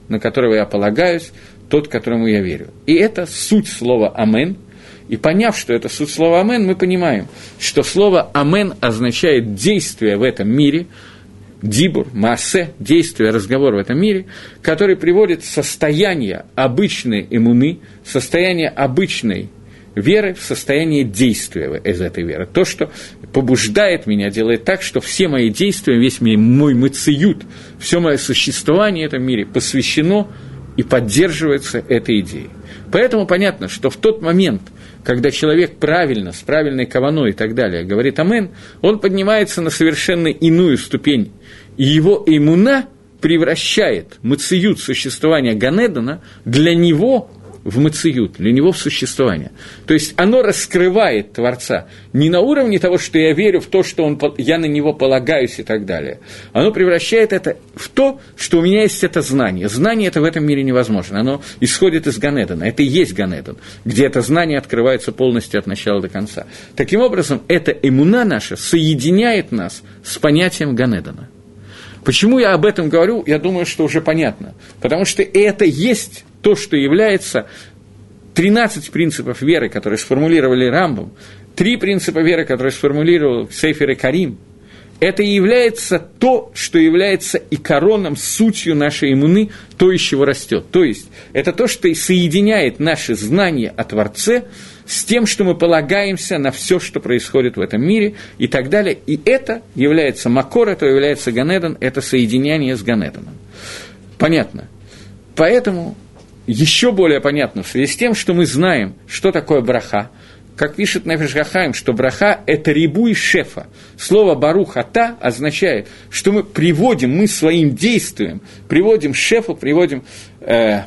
на которого я полагаюсь, тот, которому я верю. И это суть слова «амен». И поняв, что это суть слова «амен», мы понимаем, что слово «амен» означает действие в этом мире, дибур, маасе, действие, разговор в этом мире, который приводит в состояние обычной эмуны, состояние обычной веры в состояние действия из этой веры. То, что побуждает меня, делает так, что все мои действия, весь мой мациют, все мое существование в этом мире посвящено и поддерживается этой идеей. Поэтому понятно, что в тот момент, когда человек правильно, с правильной каваной и так далее говорит «амен», он поднимается на совершенно иную ступень, и его эмуна превращает мациют существования Ганедана для него в мациют, для него в существование. То есть оно раскрывает Творца не на уровне того, что я верю в то, что он, я на него полагаюсь и так далее. Оно превращает это в то, что у меня есть это знание. Знание это в этом мире невозможно. Оно исходит из Ганедана. Это и есть Ганедан, где это знание открывается полностью от начала до конца. Таким образом, эта эмуна наша соединяет нас с понятием Ганедана. Почему я об этом говорю, я думаю, что уже понятно. Потому что это есть то, что является тринадцать принципов веры, которые сформулировали Рамбам, три принципа веры, которые сформулировал Сейфер Икарим, это и является то, что является икороном, сутью нашей иммуны, то, из чего растет. То есть, это то, что и соединяет наши знания о Творце с тем, что мы полагаемся на все, что происходит в этом мире, и так далее. И это является макор, это является Ганедан, это соединение с Ганеданом. Понятно? Поэтому еще более понятно в связи с тем, что мы знаем, что такое браха. Как пишет Нефеш Хахаим, что браха – это рибуй шефа. Слово «барух ата» означает, что мы приводим, мы своим действием приводим шефу, приводим э,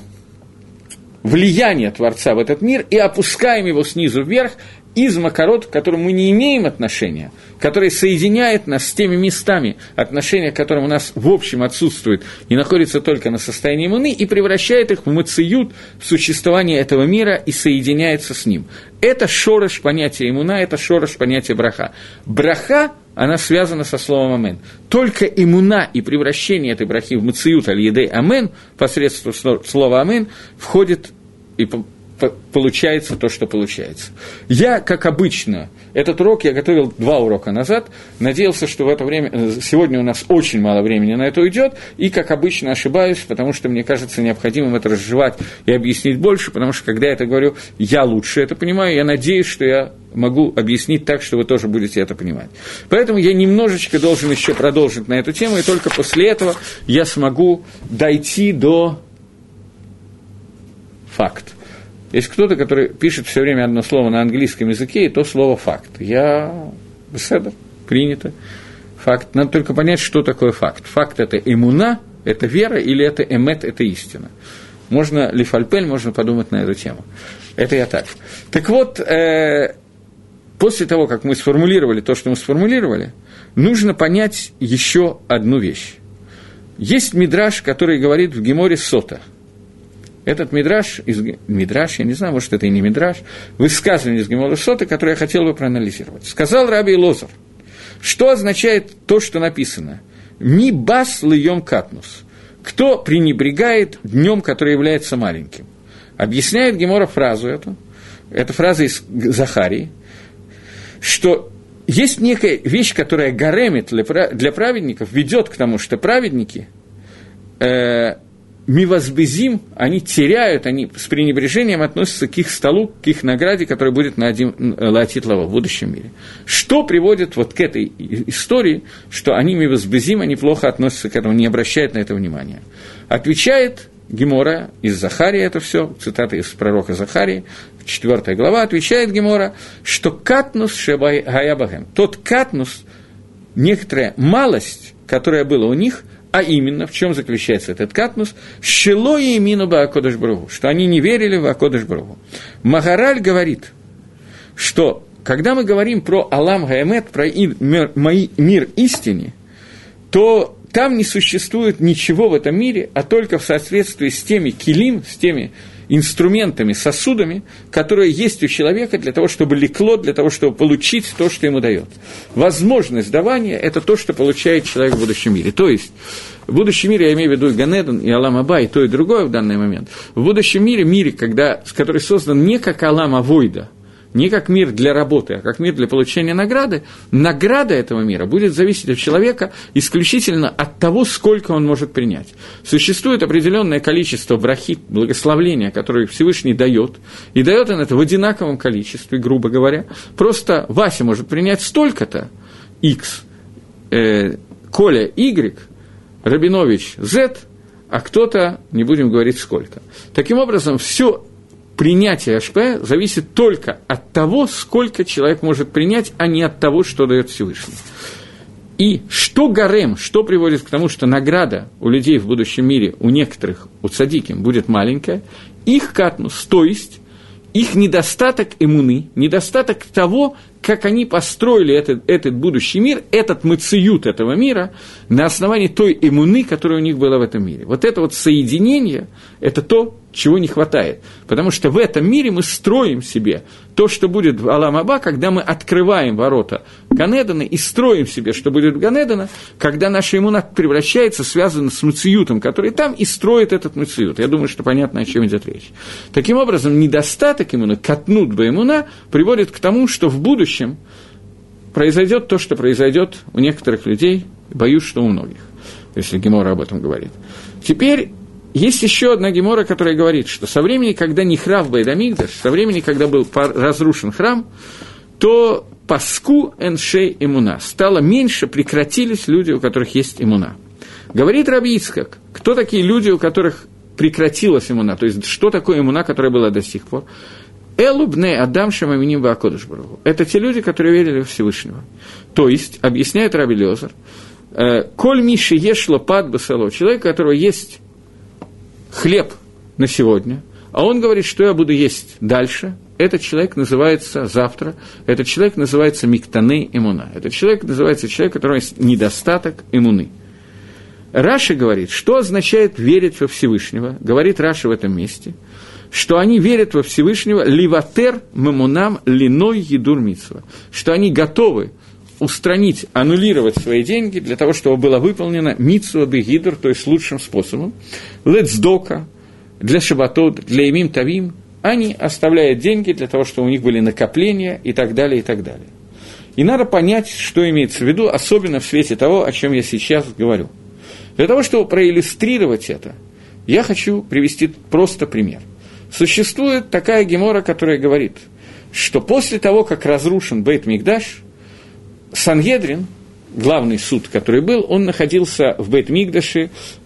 влияние Творца в этот мир и опускаем его снизу вверх из макарот, к которым мы не имеем отношения, который соединяет нас с теми местами, отношения к которым у нас в общем отсутствуют и находятся только на состоянии иммуны, и превращает их в мациют, в существование этого мира и соединяется с ним. Это шореш понятия иммуна, это шореш понятия браха. Браха, она связана со словом «амен». Только иммуна и превращение этой брахи в мациют аль-едей «амен» посредством слова «амен» входит и получается то, что получается. Я, как обычно, этот урок я готовил два урока назад, надеялся, что в это время, сегодня у нас очень мало времени на это уйдет, и, как обычно, ошибаюсь, потому что мне кажется необходимым это разжевать и объяснить больше, потому что, когда я это говорю, я лучше это понимаю, я надеюсь, что я могу объяснить так, что вы тоже будете это понимать. Поэтому я немножечко должен еще продолжить на эту тему, и только после этого я смогу дойти до факта. Есть кто-то, который пишет все время одно слово на английском языке, и то слово «факт». Я... Беседа, принято. Факт. Надо только понять, что такое факт. Факт – это эмуна, это вера, или это эмет, это истина. Можно лифальпель, можно подумать на эту тему. Это я так. Так вот, э, после того, как мы сформулировали то, что мы сформулировали, нужно понять еще одну вещь. Есть мидраш, который говорит в Геморе Сота. Этот мидраш, из, мидраш, я не знаю, может, это и не мидраш, высказывание из Гемора Сота, которое я хотел бы проанализировать. Сказал Раби Элозар, что означает то, что написано «Ми бас льем катнус», кто пренебрегает днем, который является маленьким. Объясняет Гемора фразу эту, это фраза из Захарии, что есть некая вещь, которая гаремит для праведников, ведет к тому, что праведники э, мивазбезим, они теряют, они с пренебрежением относятся к их столу, к их награде, которая будет на один лаатит лава в будущем мире. Что приводит вот к этой истории, что они мивазбезим, они плохо относятся к этому, не обращают на это внимания? Отвечает Гемора из Захарии, это все, цитата из пророка Захарии, четвёртая глава, отвечает Гемора, что катнус шебай гаябахем, тот катнус, некоторая малость, которая была у них, а именно, в чем заключается этот катнус? «Шело и имину ба акодыш баруху», что они не верили в акодыш баруху. Магараль говорит, что когда мы говорим про Алам Гаэмет, про мир, мир истины, то там не существует ничего в этом мире, а только в соответствии с теми килим, с теми инструментами, сосудами, которые есть у человека для того, чтобы лекло, для того, чтобы получить то, что ему дает. Возможность давания – это то, что получает человек в будущем мире. То есть, В будущем мире, я имею в виду и Ганеден, и Алам Аба, и то, и другое в данный момент. В будущем мире, мире, когда, который создан не как Алам Авойда, не как мир для работы, а как мир для получения награды, награда этого мира будет зависеть от человека исключительно от того, сколько он может принять. Существует определенное количество брахи, благословления, которое Всевышний дает, и дает он это в одинаковом количестве, грубо говоря. Просто Вася может принять столько-то, X, э, Коля Y, Рабинович Z, а кто-то, не будем говорить сколько. Таким образом, все принятие аш-пэ зависит только от того, сколько человек может принять, а не от того, что дает Всевышний. И что гарем, что приводит к тому, что награда у людей в будущем мире, у некоторых, у цадиким, будет маленькая, их катнус, то есть их недостаток эмуны, недостаток того, как они построили этот, этот будущий мир, этот мациют этого мира на основании той эмуны, которая у них была в этом мире. Вот это вот соединение – это то, чего не хватает. Потому что в этом мире мы строим себе то, что будет в Алам Аба, когда мы открываем ворота Ганедана и строим себе, что будет в Ганедана, когда наша эмуна превращается, связана с мациютом, который там, и строит этот мациют. Я думаю, что понятно, о чем идет речь. Таким образом, недостаток эмуны, катнут бы эмуна, приводит к тому, что в будущем произойдет то, что произойдет у некоторых людей, боюсь, что у многих, если Гемора об этом говорит. Теперь есть еще одна гемора, которая говорит, что со времени, когда не храв Бейт-Амикдаш, со времени, когда был разрушен храм, то паску эншей имуна, стало меньше, прекратились люди, у которых есть имуна. Говорит Раби Ицхак, кто такие люди, у которых прекратилась имуна, то есть что такое имуна, которая была до сих пор? Элу бне Адам шамаминим ваакодыш баруху. Это те люди, которые верили в Всевышнего. То есть, объясняет Раби Лезер, коль миши ешло пад басало, человек, у которого есть хлеб на сегодня, а он говорит, что я буду есть дальше, этот человек называется завтра, этот человек называется миктаней эмуна, этот человек называется человек, у которого есть недостаток эмуны. Раши говорит, что означает верить во Всевышнего, говорит Раши в этом месте, что они верят во Всевышнего ливатер мемунам линой едур мицва, что они готовы устранить, аннулировать свои деньги для того, чтобы было выполнено мицва бегидр, то есть лучшим способом, лецдока, для шабатот, для имим тавим, они оставляют деньги для того, чтобы у них были накопления и так далее, и так далее. И надо понять, что имеется в виду, особенно в свете того, о чем я сейчас говорю. Для того, чтобы проиллюстрировать это, я хочу привести просто пример. Существует такая гемора, которая говорит, что после того, как разрушен Бейт-Микдаш, Сангедрин, главный суд, который был, он находился в Бейт-Микдаше,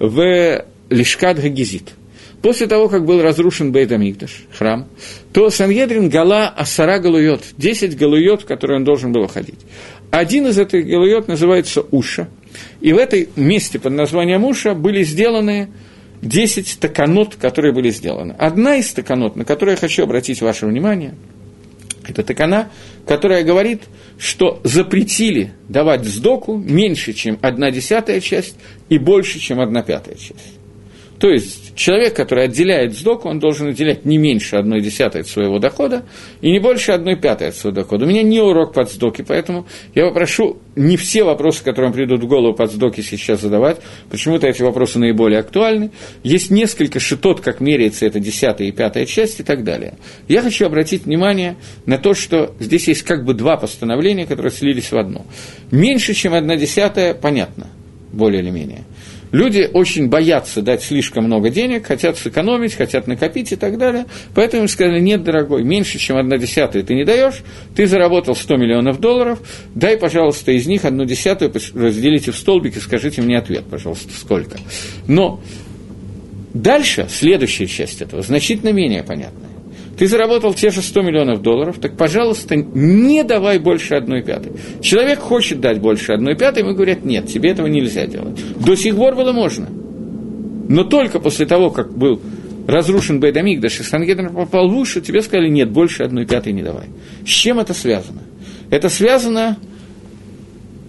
в Лишкат Гагизит. После того, как был разрушен Бейт-Микдаш, храм, то Сангедрин гала асара галуйот, десять галуйот, в которые он должен был ходить. Один из этих галуйот называется Уша, и в этой месте под названием Уша были сделаны десять таканот, которые были сделаны. Одна из таканот, на которую я хочу обратить ваше внимание, это такана, которая говорит, что запретили давать сдоку меньше, чем одна десятая часть и больше, чем одна пятая часть. То есть человек, который отделяет сдоку, он должен отделять не меньше одной десятой от своего дохода и не больше одной пятой от своего дохода. У меня не урок под сдоки, поэтому я попрошу не все вопросы, которые вам придут в голову под сдоки, сейчас задавать. Почему-то эти вопросы наиболее актуальны. Есть несколько шитот, как меряется эта десятая и пятая часть и так далее. Я хочу обратить внимание на то, что здесь есть как бы два постановления, которые слились в одно. Меньше, чем одна десятая, понятно, более или менее. Люди очень боятся дать слишком много денег, хотят сэкономить, хотят накопить и так далее. Поэтому им сказали, нет, дорогой, меньше, чем одна десятая ты не даешь, ты заработал сто миллионов долларов, дай, пожалуйста, из них одну десятую, разделите в столбик и скажите мне ответ, пожалуйста, сколько. Но дальше, следующая часть этого, значительно менее понятная. Ты заработал те же сто миллионов долларов, так, пожалуйста, не давай больше одной пятой. Человек хочет дать больше одной пятой, ему говорят, нет, тебе этого нельзя делать. До сих пор было можно. Но только после того, как был разрушен Бейт-Микдаш и Сангедрин попал в уши, тебе сказали, нет, больше одной пятой не давай. С чем это связано? Это связано,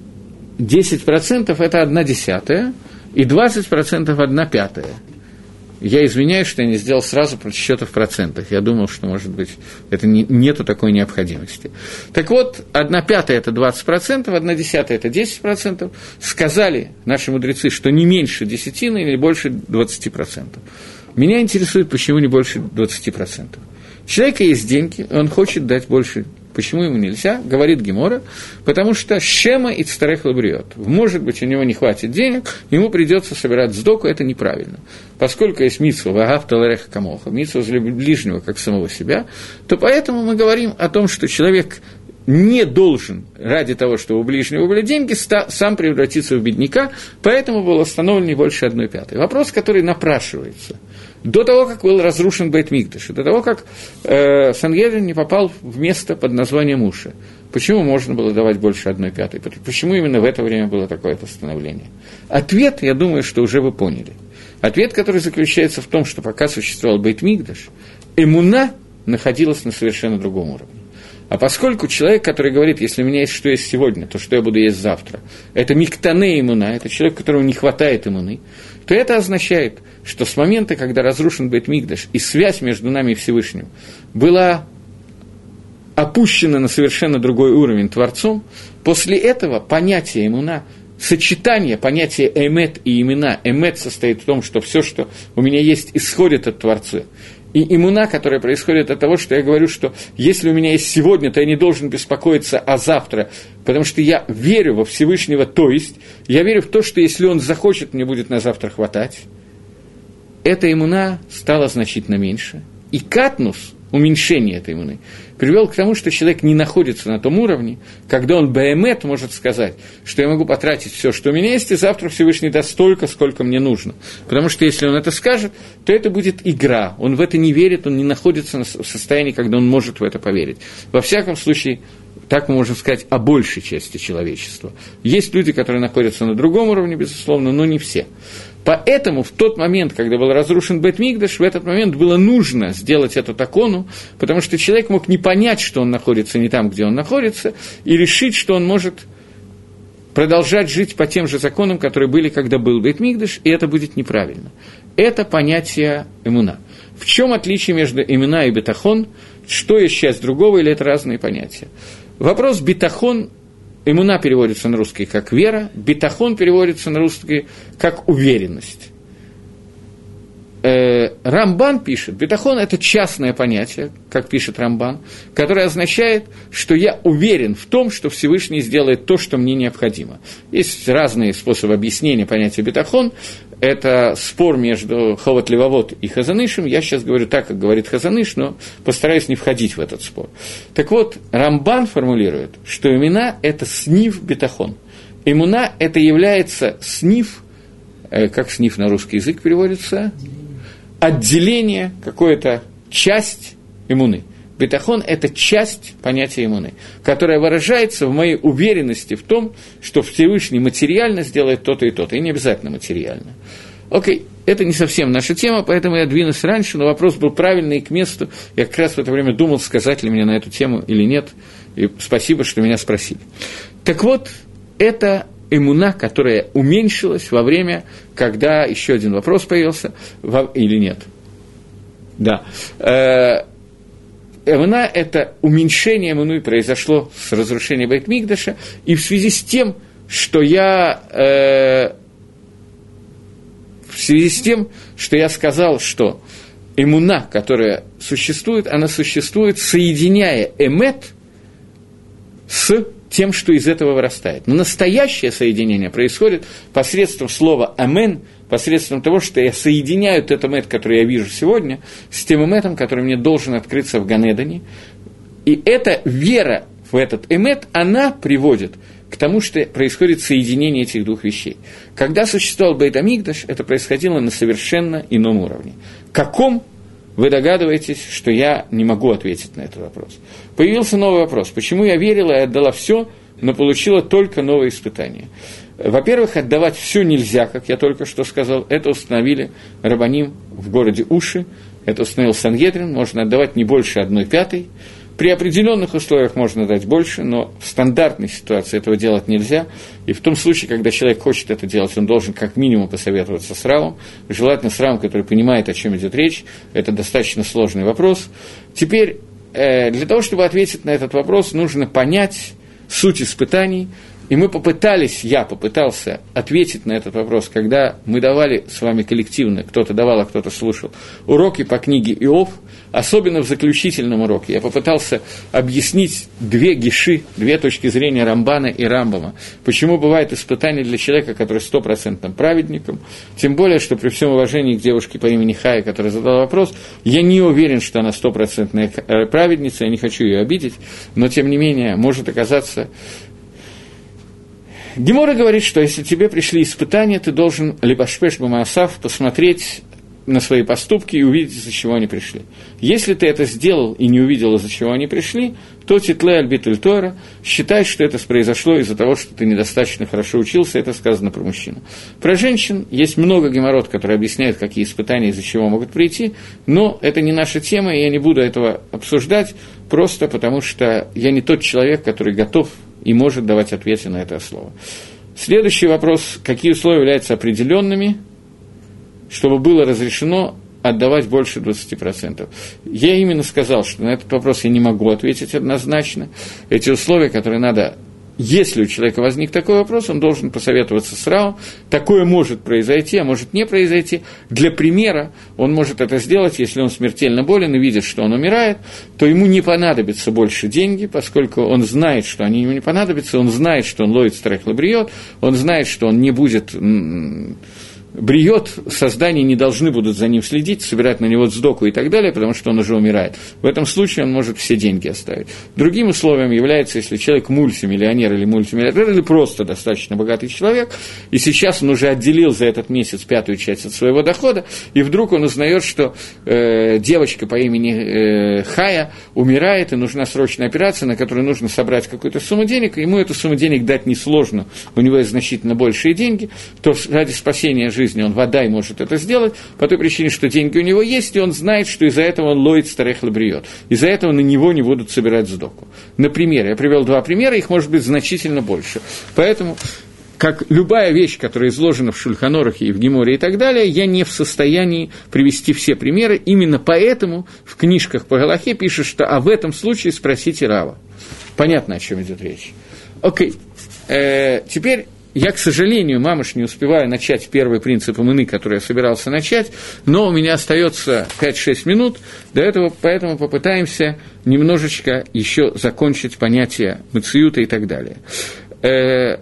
десять процентов это одна десятая, и двадцать процентов одна пятая. Я извиняюсь, что я не сделал сразу подсчёта в процентах. Я думал, что, может быть, это не, нету такой необходимости. Так вот, одна пятая – это двадцать процентов, одна десятая – это десять процентов. Сказали наши мудрецы, что не меньше десятины или больше двадцати процентов. Меня интересует, почему не больше двадцати процентов. У человека есть деньги, он хочет дать больше. Почему ему нельзя? Говорит Гемора, потому что шема и цтарех лабриот. Может быть, у него не хватит денег, ему придется собирать сдоку, это неправильно. Поскольку есть митцва вагавта лареха камоха, митцва возлюби ближнего, как самого себя, то поэтому мы говорим о том, что человек не должен ради того, чтобы у ближнего были деньги, сам превратиться в бедняка, поэтому было установлено не больше одной пятой. Вопрос, который напрашивается. До того, как был разрушен Бейт-Микдаш, до того, как э, Сангедрин не попал в место под названием Уша. Почему можно было давать больше одной пятой? Почему именно в это время было такое постановление? Ответ, я думаю, что уже вы поняли. Ответ, который заключается в том, что пока существовал Бейт-Микдаш, эмуна находилась на совершенно другом уровне. А поскольку человек, который говорит, если у меня есть что есть сегодня, то что я буду есть завтра, это миктане имуна, это человек, которому не хватает имуны, то это означает, что с момента, когда разрушен Бейт-Микдаш, и связь между нами и Всевышним была опущена на совершенно другой уровень Творцом, после этого понятие имуна, сочетание понятия эмет и имена, эмет состоит в том, что все, что у меня есть, исходит от Творца. И иммуна, которая происходит от того, что я говорю, что если у меня есть сегодня, то я не должен беспокоиться о завтра, потому что я верю во Всевышнего, то есть я верю в то, что если он захочет, мне будет на завтра хватать. Эта иммуна стала значительно меньше. И катнус, уменьшение этой иммуны, привел к тому, что человек не находится на том уровне, когда он баэмет может сказать, что я могу потратить все, что у меня есть, и завтра Всевышний даст столько, сколько мне нужно. Потому что если он это скажет, то это будет игра. Он в это не верит, он не находится в состоянии, когда он может в это поверить. Во всяком случае, так мы можем сказать о большей части человечества. Есть люди, которые находятся на другом уровне, безусловно, но не все. Поэтому в тот момент, когда был разрушен Бейт-Микдаш, в этот момент было нужно сделать эту такону, потому что человек мог не понять, что он находится не там, где он находится, и решить, что он может продолжать жить по тем же законам, которые были, когда был Бейт-Микдаш, и это будет неправильно. Это понятие эмуна. В чем отличие между эмуна и бетахон? Что есть часть другого, или это разные понятия? Вопрос бетахон. Эмуна переводится на русский как вера, бетахон переводится на русский как уверенность. Э, Рамбан пишет, бетахон – это частное понятие, как пишет Рамбан, которое означает, что я уверен в том, что Всевышний сделает то, что мне необходимо. Есть разные способы объяснения понятия бетахон. Это спор между Ховат Левавот и Хазанышем. Я сейчас говорю так, как говорит Хазаныш, но постараюсь не входить в этот спор. Так вот, Рамбан формулирует, что имена – это снив бетахон. Имуна – это является снив, э, как снив на русский язык переводится, отделение, какая-то часть имуны. Бетахон – это часть понятия имуны, которая выражается в моей уверенности в том, что Всевышний материально сделает то-то и то-то, и не обязательно материально. Окей, это не совсем наша тема, поэтому я двинусь раньше, но вопрос был правильный и к месту. Я как раз в это время думал, сказать ли мне на эту тему или нет, и спасибо, что меня спросили. Так вот, это имуна, которая уменьшилась во время, когда еще один вопрос появился, во, или нет. Да. Эмуна – это уменьшение эмуны произошло с разрушением Бейт-Микдаша, и в связи с тем, что я, э, в связи с тем, что я сказал, что эмуна, которая существует, она существует, соединяя эмет с тем, что из этого вырастает. Но настоящее соединение происходит посредством слова «амен», посредством того, что я соединяю этот эмет, который я вижу сегодня, с тем эметом, который мне должен открыться в Ганедане. И эта вера в этот эмет, она приводит к тому, что происходит соединение этих двух вещей. Когда существовал Бейт-Микдаш, это происходило на совершенно ином уровне. Каком? Вы догадываетесь, что я не могу ответить на этот вопрос. Появился новый вопрос. Почему я верила и отдала все, но получила только новые испытания? Во-первых, отдавать все нельзя, как я только что сказал. Это установили рабаним в городе Уши. Это установил Сангедрин. Можно отдавать не больше одной пятой. При определенных условиях можно дать больше, но в стандартной ситуации этого делать нельзя. И в том случае, когда человек хочет это делать, он должен как минимум посоветоваться с равом, желательно с равом, который понимает, о чем идет речь. Это достаточно сложный вопрос. Теперь, для того, чтобы ответить на этот вопрос, нужно понять суть испытаний. И мы попытались, я попытался ответить на этот вопрос, когда мы давали с вами коллективно, кто-то давал, а кто-то слушал, уроки по книге Иов, особенно в заключительном уроке. Я попытался объяснить две гиши, две точки зрения Рамбана и Рамбама, почему бывает испытание для человека, который стопроцентным праведником, тем более, что при всем уважении к девушке по имени Хая, которая задала вопрос, я не уверен, что она стопроцентная праведница, я не хочу ее обидеть, но, тем не менее, может оказаться... Гемора говорит, что если тебе пришли испытания, ты должен либашпеш бамаасав посмотреть на свои поступки и увидеть, из-за чего они пришли. Если ты это сделал и не увидел, из-за чего они пришли, то титле альбитель Тора, считай, что это произошло из-за того, что ты недостаточно хорошо учился, это сказано про мужчину. Про женщин есть много геморрот, которые объясняют, какие испытания из-за чего могут прийти, но это не наша тема, и я не буду этого обсуждать, просто потому что я не тот человек, который готов и может давать ответы на это слово. Следующий вопрос. Какие условия являются определенными, чтобы было разрешено отдавать больше двадцати процентов? Я именно сказал, что на этот вопрос я не могу ответить однозначно. Эти условия, которые надо... Если у человека возник такой вопрос, он должен посоветоваться с равом. Такое может произойти, а может не произойти. Для примера он может это сделать, если он смертельно болен и видит, что он умирает, то ему не понадобится больше деньги, поскольку он знает, что они ему не понадобятся, он знает, что он ловит страх лабриот, он знает, что он не будет... бриет, создания не должны будут за ним следить, собирать на него цдоку и так далее, потому что он уже умирает. В этом случае он может все деньги оставить. Другим условием является, если человек мультимиллионер или мультимиллиардер, или просто достаточно богатый человек, и сейчас он уже отделил за этот месяц пятую часть от своего дохода, и вдруг он узнает, что э, девочка по имени э, Хая умирает, и нужна срочная операция, на которую нужно собрать какую-то сумму денег, и ему эту сумму денег дать несложно, у него есть значительно большие деньги, то ради спасения жизни он водай может это сделать, по той причине, что деньги у него есть, и он знает, что из-за этого он лоит старых лабриот. Из-за этого на него не будут собирать сдоку. Например, я привел два примера, их может быть значительно больше. Поэтому, как любая вещь, которая изложена в Шульхан-Орухе и в Геморе и так далее, я не в состоянии привести все примеры, именно поэтому в книжках по Галахе пишут, что а в этом случае спросите Рава. Понятно, о чем идет речь. Окей, э, теперь... Я, к сожалению, мамыш, не успеваю начать первый принцип имыны, который я собирался начать, но у меня остается пять-шесть минут, до этого, поэтому попытаемся немножечко еще закончить понятие мециюта и так далее. Э,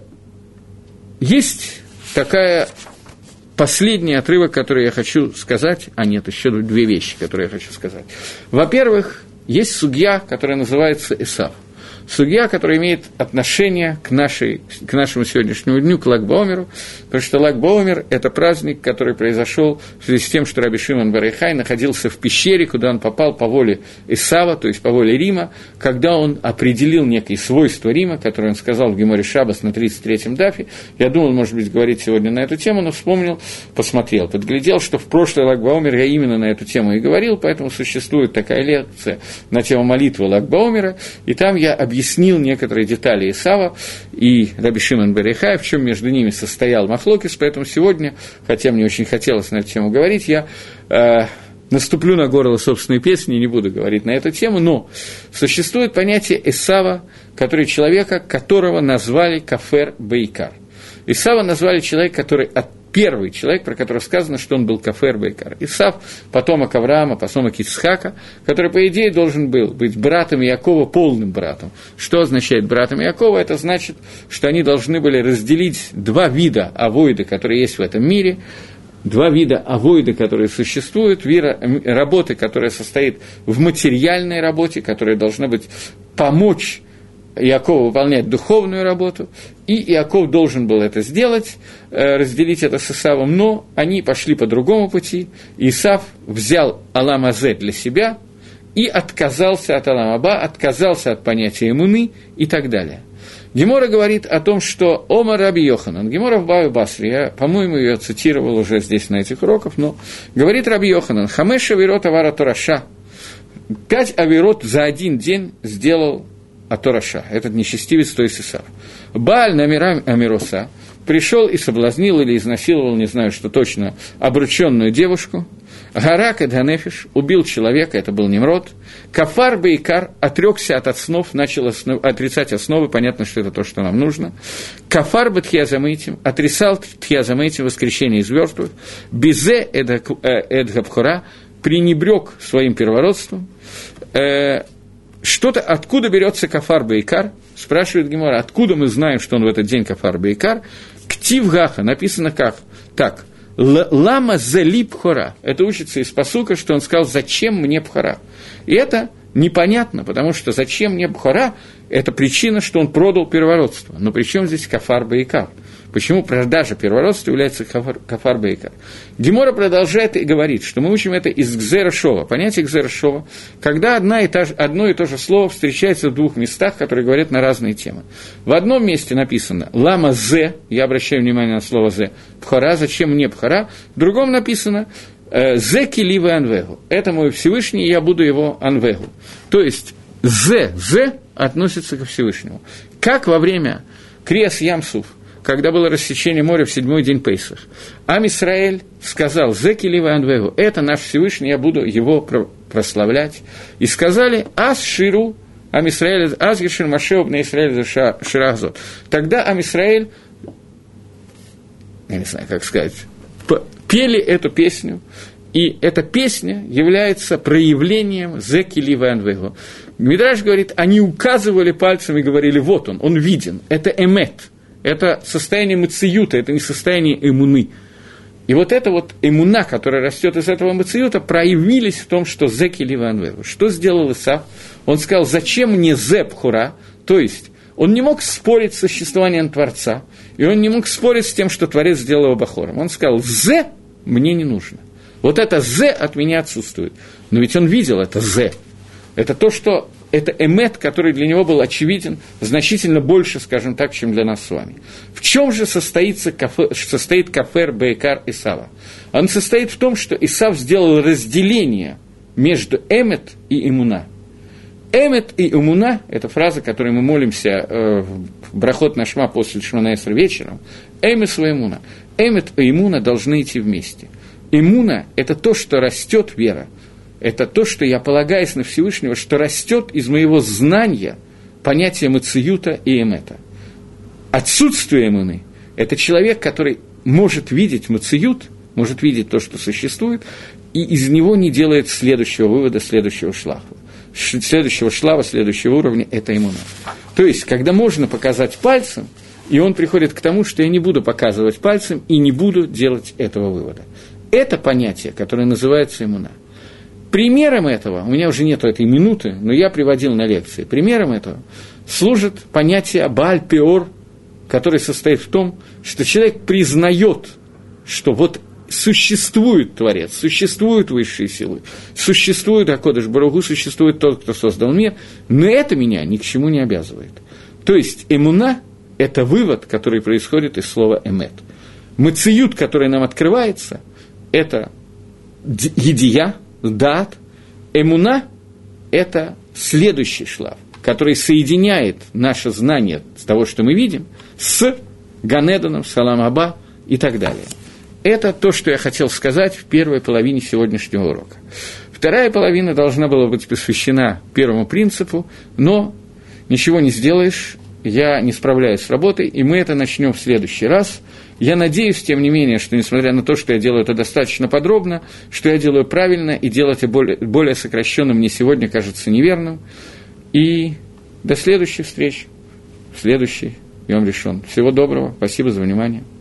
есть такая последний отрывок, который я хочу сказать, а нет, еще две вещи, которые я хочу сказать. Во-первых, есть судья, которая называется Эсав. Судья, которая имеет отношение к, нашей, к нашему сегодняшнему дню, к Lag-Баомеру, потому что Lag-Баомер – это праздник, который произошел в связи с тем, что Раби Шимон бар Йохай находился в пещере, куда он попал по воле Исава, то есть по воле Рима, когда он определил некие свойства Рима, которые он сказал в Геморе Шаббас на тридцать третьем дафе. Я думал, может быть, говорить сегодня на эту тему, но вспомнил, посмотрел, подглядел, что в прошлый Lag-Баомер я именно на эту тему и говорил, поэтому существует такая лекция на тему молитвы Lag-Баомера, и там я объяснил, объяснил некоторые детали Исава и Раби Шимон бар Йохай, в чем между ними состоял махлокис, поэтому сегодня, хотя мне очень хотелось на эту тему говорить, я э, наступлю на горло собственной песни, не буду говорить на эту тему, но существует понятие Исава, который человека, которого назвали Кафер Бейкар. Исава назвали человека, который от Первый человек, про которого сказано, что он был Кафер Бейкар. Исав, потомок Авраама, потомок Ицхака, который, по идее, должен был быть братом Иакова, полным братом. Что означает братом Иакова? Это значит, что они должны были разделить два вида авойда, которые есть в этом мире, два вида авойда, которые существуют, вера, работы, которая состоит в материальной работе, которая должна быть помочь Иаков выполнять духовную работу, и Иаков должен был это сделать, разделить это с Исавом, но они пошли по другому пути. Исав взял Алам Азе для себя и отказался от Алам Аба, отказался от понятия эмуны и так далее. Гемора говорит о том, что Омар Раби Йоханан, Гемора в Баве Басре, я, по-моему, ее цитировал уже здесь на этих уроках, но говорит Раби Йоханан, Хамеша Вирот Авара Тораша, пять авирот за один день сделал Атораша, этот нечестивец, то есть Исав. Бааль намирам амироса пришел и соблазнил или изнасиловал, не знаю, что точно, обрученную девушку. Гарак эдганефиш убил человека, это был Немрод. Кафар бейкар отрекся от основ, начал основ, отрицать основы, понятно, что это то, что нам нужно. Кафар бетхиазамейтим отрицал тхиазамейтим, воскрешение из мертвых. Бизе эдгабхора пренебрег своим первородством. Что-то, откуда берется кафар бейкар? Спрашивает Гемара, откуда мы знаем, что он в этот день кафар бейкар? Ктив гаха, написано как? Так, лама зели пхора. Это учится из пасука, что он сказал, зачем мне пхора? И это непонятно, потому что зачем мне пхора, это причина, что он продал первородство. Но при чем здесь кафар бейкар? Почему продажа первородства является кафар, кафар бейкар? Гемора продолжает и говорит, что мы учим это из гзера шова. Понятие гзера шова, когда одна и та же, одно и то же слово встречается в двух местах, которые говорят на разные темы. В одном месте написано «лама зе», я обращаю внимание на слово «зе», «пхора», «зачем мне пхора», в другом написано «зе киливы анвегу», «это мой Всевышний, я буду его анвегу». То есть «зе», «зе» относится ко Всевышнему. Как во время Криас Ямсуф, когда было рассечение моря в седьмой день Пейсах, Ам Исраэль сказал, «Зеки лива анвегу», это наш Всевышний, я буду его прославлять. И сказали, «Ас ширу Ам Исраэль, ас гешир машеоб на Исраэль за ширахзот». Тогда Ам Исраэль, я не знаю, как сказать, пели эту песню, и эта песня является проявлением «Зеки лива анвегу». Мидраш говорит, они указывали пальцем и говорили, вот он, он виден, это эмет. Это состояние мациюта, это не состояние эмуны. И вот эта вот эмуна, которая растет из этого мациюта, проявились в том, что зеки лива анвегу. Что сделал Исав? Он сказал, зачем мне зе пхура? То есть, он не мог спорить с существованием Творца, и он не мог спорить с тем, что Творец сделал его бахором. Он сказал, зе мне не нужно. Вот это зе от меня отсутствует. Но ведь он видел это зе. Это то, что... Это эмет, который для него был очевиден, значительно больше, скажем так, чем для нас с вами. В чем же состоится кафе, состоит кафер бейкар Исава? Он состоит в том, что Исав сделал разделение между эмет и эмуна. Эмет и эмуна – это фраза, которой мы молимся э, в брахот на шма после Шмона Эсер вечером. Эмет и эмуна. Эмет и эмуна должны идти вместе. Эмуна – это то, что растет вера. Это то, что я полагаюсь на Всевышнего, что растет из моего знания понятия мациюта и эмета. Отсутствие эмуны – это человек, который может видеть мациют, может видеть то, что существует, и из него не делает следующего вывода, следующего шлаха. Следующего шлава, следующего уровня – это эмуна. То есть, когда можно показать пальцем, и он приходит к тому, что я не буду показывать пальцем и не буду делать этого вывода. Это понятие, которое называется эмуна. Примером этого, у меня уже нет этой минуты, но я приводил на лекции, примером этого служит понятие Бааль-Пеор, которое состоит в том, что человек признает, что вот существует Творец, существуют высшие силы, существует Акодыш Барух Ху, существует тот, кто создал мир, но это меня ни к чему не обязывает. То есть эмуна – это вывод, который происходит из слова эмет. Мациют, который нам открывается, это едия, дат, эмуна – это следующий шлав, который соединяет наше знание с того, что мы видим, с Ганеданом, Салам Аба и так далее. Это то, что я хотел сказать в первой половине сегодняшнего урока. Вторая половина должна была быть посвящена первому принципу, но ничего не сделаешь, я не справляюсь с работой, и мы это начнем в следующий раз. Я надеюсь, тем не менее, что, несмотря на то, что я делаю это достаточно подробно, что я делаю правильно, и делать это более, более сокращенно мне сегодня кажется неверным. И до следующих встреч, в следующий Йом Ришон. Всего доброго, спасибо за внимание.